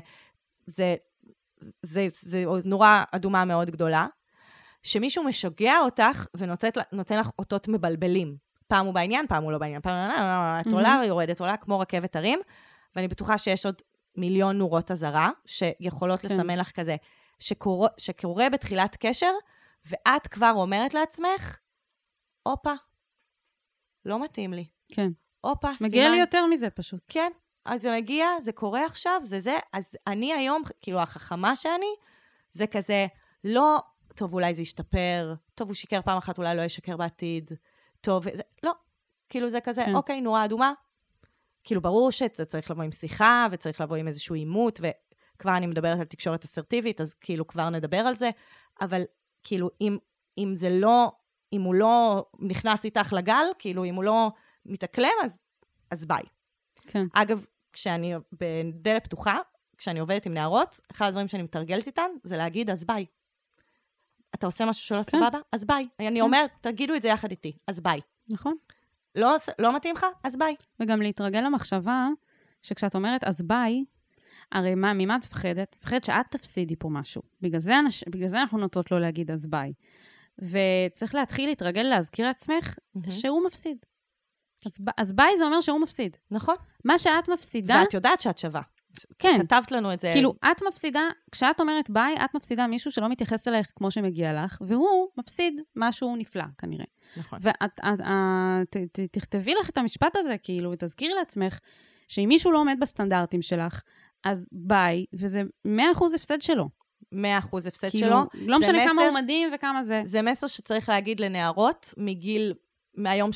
Speaker 1: זה נורא אדומה מאוד גדולה, שמישהו משגע אותך, ונותן לך אותות מבלבלים. פעם הוא בעניין, פעם הוא לא בעניין, פעם את עולה ויורדת, עולה כמו רכבת הרים, ואני בטוחה שיש עוד מיליון נורות הזרה, שיכולות לסמן לך כזה, שקורה בתחילת קשר, ואת כבר אומרת לעצמך, אופה, לא מתאים לי.
Speaker 2: כן.
Speaker 1: אופה, סימן.
Speaker 2: מגיע לי יותר מזה פשוט.
Speaker 1: כן, אז זה מגיע, זה קורה עכשיו, זה, אז אני היום, כאילו החכמה שאני, זה כזה, לא, טוב, אולי זה ישתפר, טוב, הוא שיקר פעם אחת, אולי לא ישקר בעתיד, טוב, זה, לא, כאילו זה כזה, אוקיי, נורא אדומה, כאילו ברור שזה צריך לבוא עם שיחה, וצריך לבוא עם איזשהו אימות, וכבר אני מדברת על תקשורת אסרטיבית, אז כאילו כבר נדבר על זה, אבל כאילו אם זה לא, אם הוא לא נכנס איתך לגל, כאילו אם הוא לא מתאקלם, אז ביי.
Speaker 2: כן.
Speaker 1: אגב, כשאני בדלת פתוחה, כשאני עובדת עם נערות, אחד הדברים שאני מתרגלת איתן, זה להגיד, אז ביי. אתה עושה משהו שלא סבבה? אז ביי. אני אומרת, תגידו את זה יחד איתי, אז ביי.
Speaker 2: נכון.
Speaker 1: לא מתאים לך? אז ביי.
Speaker 2: וגם להתרגל למחשבה, שכשאת אומרת, אז ביי, הרי ממה את מפחדת? מפחדת שאת תפסידי פה משהו. בגלל זה אנחנו נוטות לו להגיד, אז ביי. וצריך להתחיל להתרגל להזכיר לעצמך שהוא מפסיד. אז ביי זה אומר שהוא מפסיד.
Speaker 1: נכון.
Speaker 2: מה שאת מפסידה...
Speaker 1: ואת יודעת שאת שווה.
Speaker 2: כן.
Speaker 1: כתבת לנו את זה.
Speaker 2: כאילו, את מפסידה, כשאת אומרת ביי, את מפסידה מישהו שלא מתייחס אלייך כמו שמגיע לך, והוא מפסיד משהו נפלא, כנראה. נכון. ותכתבי לך את המשפט הזה, כאילו, ותזכירי לעצמך, שאם מישהו לא עומד בסטנדרטים שלך, אז ביי, וזה 100% הפסד שלו.
Speaker 1: 100% הפסד שלו.
Speaker 2: לא משנה כמה הוא מדהים וכמה זה.
Speaker 1: זה מסר שצריך להגיד לנערות מהיום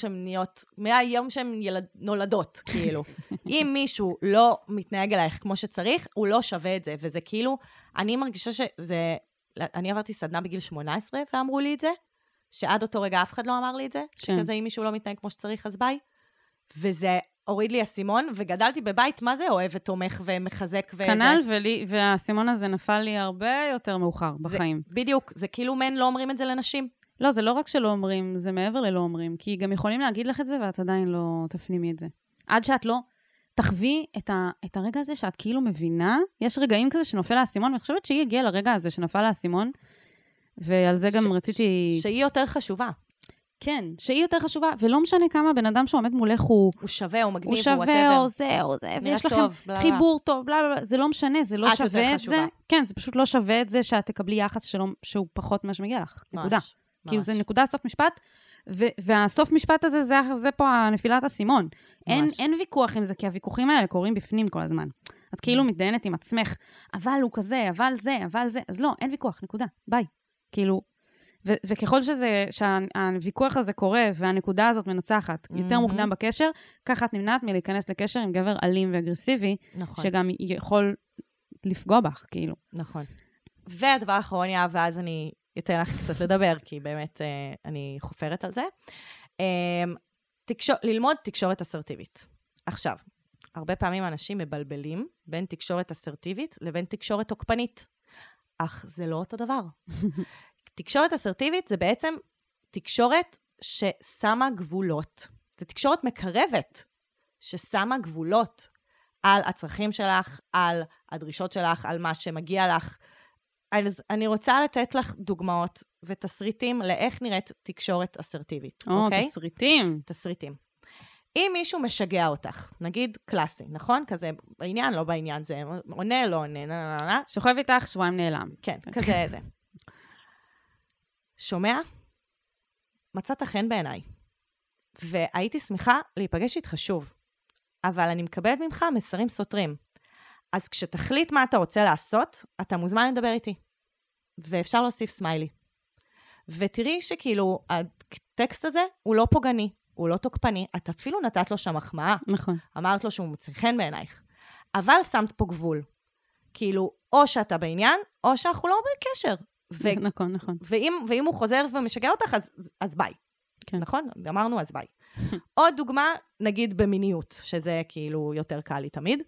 Speaker 1: שהן נולדות, כאילו. אם מישהו לא מתנהג אלייך כמו שצריך, הוא לא שווה את זה, וזה כאילו, אני מרגישה שזה, אני עברתי סדנה בגיל 18, ואמרו לי את זה, שעד אותו רגע אף אחד לא אמר לי את זה, שכזה אם מישהו לא מתנהג כמו שצריך, אז ביי. וזה הוריד לי הסימון, וגדלתי בבית, מה זה אוהב ותומך ומחזק וזה.
Speaker 2: כנ"ל, והסימון הזה נפל לי הרבה יותר מאוחר בחיים.
Speaker 1: בדיוק, זה כאילו מן לא אומרים את זה לנשים.
Speaker 2: לא, זה לא רק שלא אומרים, זה מעבר ללא אומרים, כי גם יכולים להגיד לך את זה, ואת עדיין לא תפנימי את זה. עד שאת לא תחווי את הרגע הזה שאת כאילו מבינה, יש רגעים כזה שנופל האסימון, ואני חושבת שהיא הגיעה לרגע הזה שנפל האסימון, ועל זה גם רציתי...
Speaker 1: שהיא יותר חשובה.
Speaker 2: כן, שהיא יותר חשובה, ולא משנה כמה בן אדם שעומד מולך הוא
Speaker 1: שווה, הוא מגניב,
Speaker 2: הוא שווה, או זה, ויש לכם חיבור טוב, זה לא משנה, זה לא שווה את זה. כן, זה פשוט לא שווה את זה שאת תקבלי יחס שהוא פחות מה שמגיע לך. נקודה. כאילו זה נקודה סוף משפט, והסוף משפט הזה, זה פה הנפילת הסימון. אין ויכוח עם זה, כי הוויכוחים האלה קורים בפנים כל הזמן. את כאילו מתדיינת עם עצמך, אבל הוא כזה, אבל זה, אז לא, אין ויכוח, נקודה, ביי. כאילו, וככל שהוויכוח הזה קורה, והנקודה הזאת מנצחת יותר מוקדם בקשר, ככה את נמנעת מלהיכנס לקשר עם גבר אלים ואגרסיבי, שגם יכול לפגוע בך, כאילו.
Speaker 1: נכון. והדבר האחרון, ואז אני אתן לך קצת לדבר, כי באמת אני חופרת על זה. ללמוד תקשורת אסרטיבית. עכשיו, הרבה פעמים אנשים מבלבלים בין תקשורת אסרטיבית לבין תקשורת תוקפנית. אך זה לא אותו דבר. תקשורת אסרטיבית זה בעצם תקשורת ששמה גבולות. זה תקשורת מקרבת ששמה גבולות על הצרכים שלך, על הדרישות שלך, על מה שמגיע לך. אז אני רוצה לתת לך דוגמאות ותסריטים לאיך נראית תקשורת אסרטיבית. אוקיי?
Speaker 2: תסריטים.
Speaker 1: תסריטים. אם מישהו משגע אותך, נגיד קלאסי, נכון? כזה בעניין, לא בעניין, זה עונה, לא עונה,
Speaker 2: שוכב איתך, שבועיים נעלם.
Speaker 1: כן, כזה זה. שומע? מצאת חן בעיניי. והייתי שמחה להיפגש איתך שוב. אבל אני מקבלת ממך מסרים סותרים. אז כשתחליט מה אתה רוצה לעשות, אתה מוזמן לדבר איתי. ואפשר להוסיף סמיילי. ותראי שכאילו, הטקסט הזה הוא לא פוגעני, הוא לא תוקפני, את אפילו נתת לו שם מחמאה.
Speaker 2: נכון.
Speaker 1: אמרת לו שהוא מוצא חן בעינייך. אבל שמת פה גבול. כאילו, או שאתה בעניין, או שאנחנו לא בקשר.
Speaker 2: נכון, נכון.
Speaker 1: ואם הוא חוזר ומשגע אותך, אז ביי.
Speaker 2: כן.
Speaker 1: נכון? אמרנו, אז ביי. עוד דוגמה, נגיד במיניות, שזה כאילו יותר קל לי תמיד.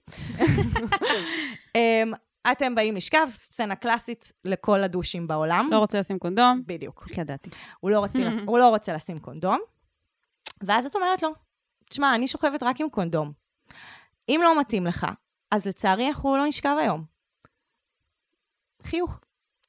Speaker 1: אתם באים לשכב, סצנה קלאסית לכל הדושים בעולם.
Speaker 2: לא רוצה לשים קונדום.
Speaker 1: בדיוק.
Speaker 2: ידעתי.
Speaker 1: הוא לא רוצה לשים קונדום. ואז את אומרת לו, תשמע, אני שוכבת רק עם קונדום. אם לא מתאים לך, אז לצערי אנחנו לא נשכב היום. חיוך.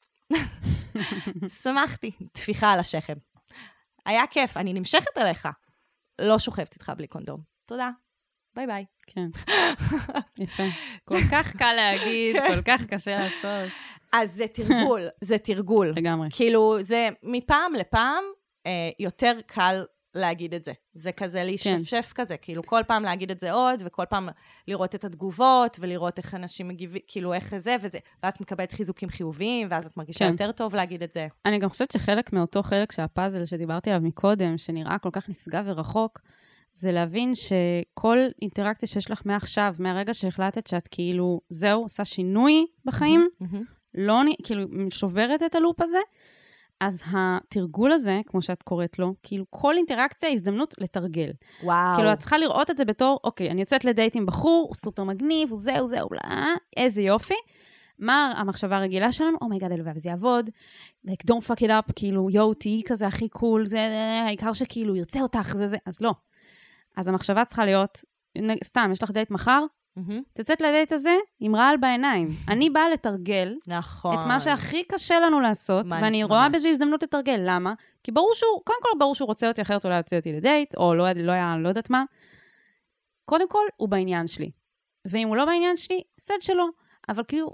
Speaker 1: שמחתי, תפיחה על השכם. היה כיף, אני נמשכת אליך. לא שוכבת איתך בלי קונדום. תודה. ביי ביי.
Speaker 2: כן. יפה. כל כך קל להגיד, כל כך קשה לעשות.
Speaker 1: אז זה תרגול.
Speaker 2: לגמרי.
Speaker 1: כאילו, זה מפעם לפעם יותר קל להגיד את זה. זה כזה להשתפשף כזה, כאילו כל פעם להגיד את זה עוד, וכל פעם לראות את התגובות, ולראות איך אנשים מגיבים, כאילו איך זה וזה, ואז את מקבלת חיזוקים חיוביים, ואז את מרגישה יותר טוב להגיד את זה.
Speaker 2: אני גם חושבת שחלק מאותו חלק שהפאזל שדיברתי עליו מקודם, שנראה כל כך נשגב ורחוק, זה להבין שכל אינטראקציה שיש לך מעכשיו, מהרגע שהחלטת שאת כאילו, זהו, עושה שינוי בחיים, לא, כאילו, שוברת את הלופ הזה, אז התרגול הזה, כמו שאת קוראת לו, כאילו כל אינטראקציה היא הזדמנות לתרגל.
Speaker 1: וואו.
Speaker 2: כאילו את צריכה לראות את זה בתור, אוקיי, אני יוצאת לדייט עם בחור, הוא סופר מגניב, הוא זהו, איזה יופי. מה המחשבה הרגילה שלנו? אומייגאד, אלוהי, וזה יעבוד. Like, don't fuck it up, כאילו, יו, תהי כזה הכי קול, זה, העיקר שכאילו ירצה אותך, זה. אז לא. אז המחשבה צריכה להיות, סתם, יש לך דייט מחר? תצאת לדייט הזה עם רעל בעיניים. אני באה לתרגל את מה שהכי קשה לנו לעשות, ואני רואה בזה הזדמנות לתרגל. למה? כי ברור שהוא, קודם כל ברור שהוא רוצה אותי, אחרת אולי יוצא אותי לדייט, או לא יודעת מה. קודם כל, הוא בעניין שלי. ואם הוא לא בעניין שלי, סד שלו. אבל כאילו,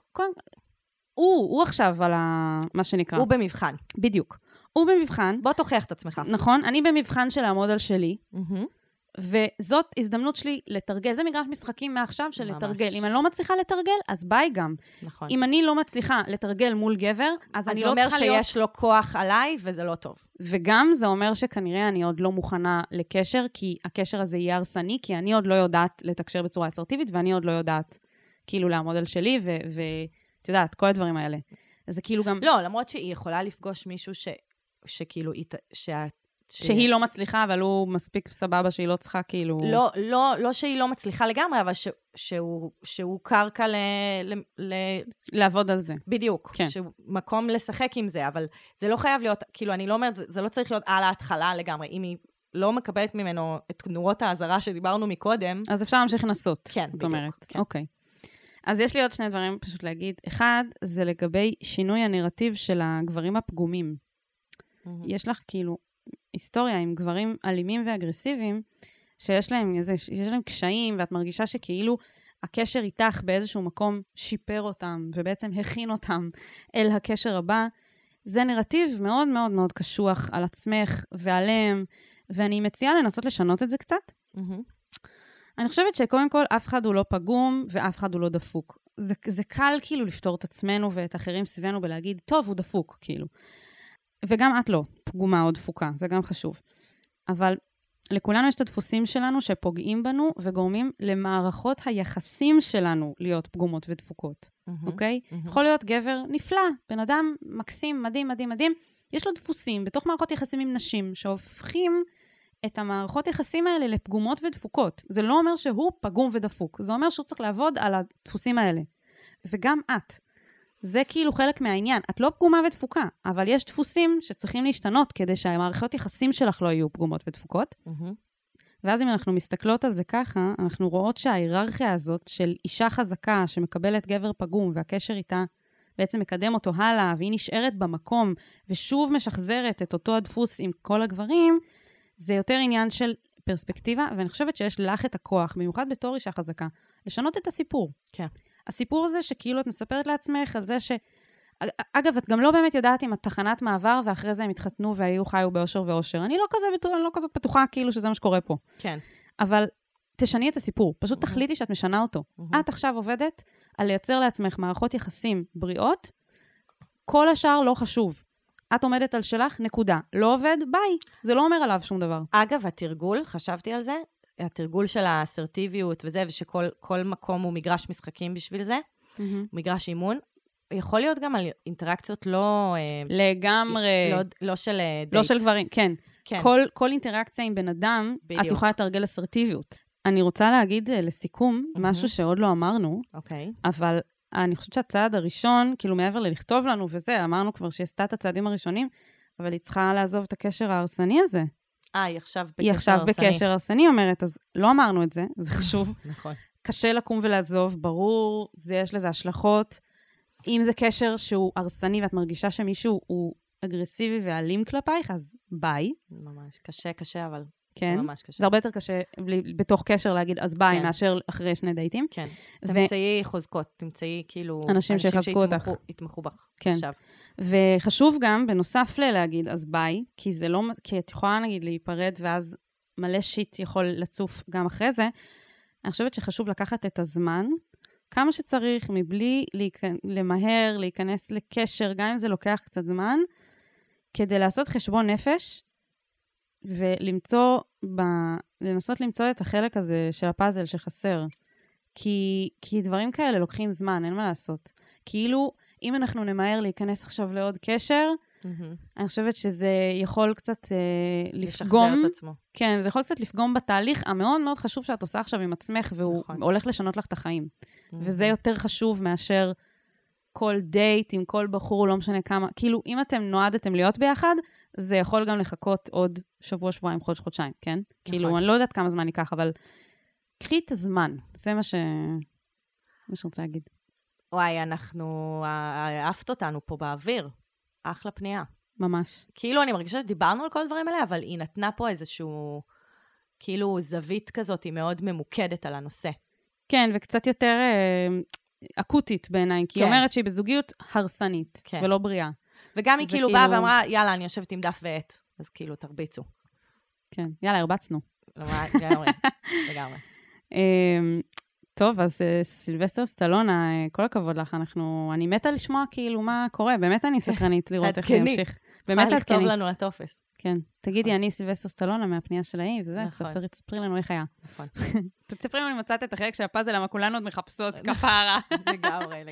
Speaker 2: הוא עכשיו על מה שנקרא.
Speaker 1: הוא במבחן.
Speaker 2: בדיוק. הוא במבחן.
Speaker 1: בוא תוכיח את עצמך.
Speaker 2: נכון, אני במבחן של לעמוד על שלי. וזאת הזדמנות שלי לתרגל. זה מגרש משחקים מעכשיו של לתרגל. אם אני לא מצליחה לתרגל, אז ביי גם.
Speaker 1: נכון.
Speaker 2: אם אני לא מצליחה לתרגל מול גבר, אז אני לא צריכה להיות...
Speaker 1: אז זה אומר שיש לו כוח עליי, וזה לא טוב.
Speaker 2: וגם זה אומר שכנראה אני עוד לא מוכנה לקשר, כי הקשר הזה יהיה הרסני, כי אני עוד לא יודעת לתקשר בצורה אסרטיבית, ואני עוד לא יודעת כאילו לעמוד על שלי, ואת יודעת, כל הדברים האלה. אז זה כאילו גם...
Speaker 1: לא, למרות שהיא יכולה לפגוש מישהו שכאילו...
Speaker 2: שהיא לא מצליחה, אבל הוא מספיק סבבה שהיא לא צריכה כאילו...
Speaker 1: לא שהיא לא מצליחה לגמרי, אבל שהוא קרקע
Speaker 2: לעבוד על זה.
Speaker 1: בדיוק.
Speaker 2: כן.
Speaker 1: שהוא מקום לשחק עם זה, אבל זה לא חייב להיות, כאילו אני לא אומרת, זה לא צריך להיות על ההתחלה לגמרי. אם היא לא מקבלת ממנו את נורות האזהרה שדיברנו מקודם...
Speaker 2: אז אפשר להמשיך לנסות.
Speaker 1: כן, בדיוק.
Speaker 2: כן. אוקיי. אז יש לי עוד שני דברים פשוט להגיד. אחד, זה לגבי שינוי הנרטיב של הגברים הפגומים. יש לך כאילו... היסטוריה עם גברים אלימים ואגרסיביים, שיש להם קשיים, ואת מרגישה שכאילו הקשר איתך באיזשהו מקום שיפר אותם, ובעצם הכין אותם אל הקשר הבא, זה נרטיב מאוד מאוד מאוד קשוח על עצמך ועליהם, ואני מציעה לנסות לשנות את זה קצת. אני חושבת שקודם כל אף אחד הוא לא פגום, ואף אחד הוא לא דפוק. זה קל כאילו לפתור את עצמנו ואת אחרים סביבנו בלהגיד, טוב, הוא דפוק, כאילו. וגם את לא פגומה או דפוקה, זה גם חשוב. אבל לכולנו יש את הדפוסים שלנו שפוגעים בנו וגורמים למערכות היחסים שלנו להיות פגומות ודפוקות, אוקיי? יכול להיות גבר נפלא, בן אדם מקסים, מדהים, מדהים, מדהים. יש לו דפוסים בתוך מערכות יחסים עם נשים שהופכים את המערכות יחסים האלה לפגומות ודפוקות. זה לא אומר שהוא פגום ודפוק, זה אומר שהוא צריך לעבוד על הדפוסים האלה. וגם את. זה כאילו חלק מהעניין. את לא פגומה ודפוקה, אבל יש דפוסים שצריכים להשתנות כדי שהמערכות יחסים שלך לא יהיו פגומות ודפוקות. ואז אם אנחנו מסתכלות על זה ככה, אנחנו רואות שההיררכיה הזאת של אישה חזקה שמקבלת גבר פגום והקשר איתה בעצם מקדם אותו הלאה, והיא נשארת במקום ושוב משחזרת את אותו הדפוס עם כל הגברים, זה יותר עניין של פרספקטיבה, ואני חושבת שיש לך את הכוח, במיוחד בתור אישה חזקה, לשנות את הסיפור.
Speaker 1: כן. הסיפור
Speaker 2: הזה שכאילו את מספרת לעצמך על זה אגב, את גם לא באמת יודעת אם את תחנת מעבר, ואחרי זה הם התחתנו והיו חיו באושר ואושר. אני לא כזאת בטוחה כאילו שזה מה שקורה פה.
Speaker 1: כן.
Speaker 2: אבל תשני את הסיפור. פשוט תחליטי שאת משנה אותו. את עכשיו עובדת על לייצר לעצמך מערכות יחסים בריאות, כל השאר לא חשוב. את עומדת על שלך, נקודה. לא עובד, ביי. זה לא אומר עליו שום דבר.
Speaker 1: אגב, התרגול, חשבתי על זה, התרגול של האסרטיביות וזה, ושכל מקום הוא מגרש משחקים בשביל זה, מגרש אימון, יכול להיות גם על אינטראקציות לא...
Speaker 2: לגמרי.
Speaker 1: לא של דייט.
Speaker 2: לא של גברים, כן.
Speaker 1: כן.
Speaker 2: כל אינטראקציה עם בן אדם,
Speaker 1: בדיוק.
Speaker 2: את יכולה לתרגל אסרטיביות. אני רוצה להגיד לסיכום, משהו שעוד לא אמרנו,
Speaker 1: אוקיי.
Speaker 2: אבל אני חושבת שהצעד הראשון, כאילו מעבר ללכתוב לנו וזה, אמרנו כבר שהיא עשתה את הצעדים הראשונים, אבל היא צריכה לעזוב את הקשר ההרסני הזה.
Speaker 1: היא עכשיו בקשר הרסני.
Speaker 2: היא עכשיו בקשר הרסני, אומרת, אז לא אמרנו את זה, זה חשוב.
Speaker 1: נכון.
Speaker 2: קשה לקום ולעזוב, ברור, יש לזה השלכות. אם זה קשר שהוא הרסני ואת מרגישה שמישהו הוא אגרסיבי ואלים כלפייך, אז ביי.
Speaker 1: ממש, קשה, אבל
Speaker 2: כן.
Speaker 1: זה ממש קשה.
Speaker 2: זה הרבה יותר קשה בתוך קשר להגיד, אז ביי,
Speaker 1: כן.
Speaker 2: מאשר אחרי 2 דייטים.
Speaker 1: כן. תמצאי חוזקות, תמצאי כאילו...
Speaker 2: אנשים שיחזקו אותך.
Speaker 1: יתמכו בך
Speaker 2: כן.
Speaker 1: עכשיו.
Speaker 2: וחשוב גם, בנוסף להגיד, אז ביי, כי זה לא... כי את יכולה, נגיד, להיפרד, ואז מלא שיט יכול לצוף גם אחרי זה. אני חושבת שחשוב לקחת את הזמן, כמה שצריך, מבלי למהר, להיכנס לקשר, גם אם זה לוקח קצת זמן, כדי לעשות חשבון נפש, לנסות למצוא את החלק הזה של הפאזל שחסר. כי דברים כאלה לוקחים זמן, אין מה לעשות. כאילו, אם אנחנו נמהר להיכנס עכשיו לעוד קשר, אני חושבת שזה יכול קצת לפגום.
Speaker 1: לשחזר את עצמו.
Speaker 2: כן, זה יכול קצת לפגום בתהליך המאוד מאוד חשוב שאת עושה עכשיו עם עצמך, והוא הולך לשנות לך את החיים. וזה יותר חשוב מאשר כל דייט עם כל בחור, לא משנה כמה. כאילו, אם אתם נועדתם להיות ביחד, זה יכול גם לחכות עוד שבוע, שבועיים, חודש, חודשיים, כן? כאילו, אני לא יודעת כמה זמן ייקח, אבל קחי את הזמן. זה מה שרוצה להגיד.
Speaker 1: וואי, אהבת אותנו פה באוויר. אחלה פנייה.
Speaker 2: ממש.
Speaker 1: כאילו, אני מרגישה שדיברנו על כל הדברים האלה, אבל היא נתנה פה איזשהו, כאילו, זווית כזאת, היא מאוד ממוקדת על הנושא.
Speaker 2: כן, וקצת יותר אקוטית בעיניי, כי היא אומרת שהיא בזוגיות הרסנית, ולא בריאה.
Speaker 1: וגם היא כאילו באה ואמרה, יאללה, אני יושבת עם דף ועט, אז כאילו, תרביצו.
Speaker 2: כן, יאללה, הרבצנו.
Speaker 1: לגמרי.
Speaker 2: טוב, אז סילבסטר סטלונה, כל הכבוד לך, אני מתה לשמוע כאילו מה קורה, באמת אני סקרנית לראות איך זה ימשיך.
Speaker 1: באמת לכתוב לנו לטופס.
Speaker 2: כן, תגידי, אני סילבסטר סטלונה מהפנייה של האי, וזה, תספרי לנו איך היה.
Speaker 1: נכון.
Speaker 2: תספרי לנו אם מצאת את החלק של הפאזל, למה כולנו עוד מחפשות כפרה.
Speaker 1: לגמרי.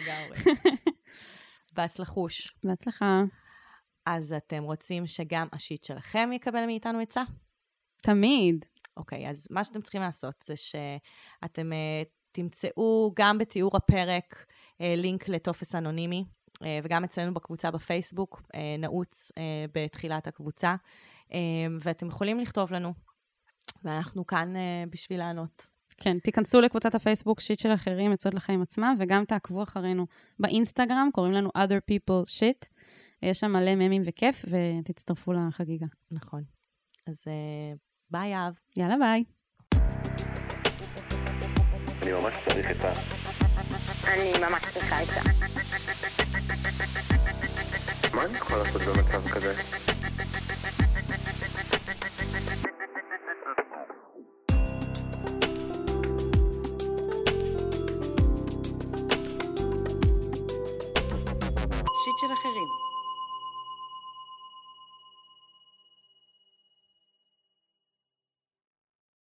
Speaker 1: בהצלחוש.
Speaker 2: בהצלחה.
Speaker 1: אז אתם רוצים שגם השיט שלכם יקבל מאיתנו עצה?
Speaker 2: תמיד.
Speaker 1: אוקיי, אז מה שאתם צריכים לעשות זה שאתם תמצאו גם בתיאור הפרק לינק לטופס אנונימי, וגם אצלנו בקבוצה בפייסבוק, נעוץ בתחילת הקבוצה, ואתם יכולים לכתוב לנו, ואנחנו כאן בשביל לענות.
Speaker 2: כן, תיכנסו לקבוצת הפייסבוק שיט של אחרים, עצות לחיים עצמם, וגם תעקבו אחרינו באינסטגרם, קוראים לנו other people shit, יש שם מלא ממים וכיף, ותצטרפו לחגיגה.
Speaker 1: נכון. אז ביי אהב.
Speaker 2: יאללה ביי.
Speaker 3: אני ממש צריך עצה.
Speaker 4: אני ממש צריכה עצה.
Speaker 3: מה אני יכול לעשות במצב כזה?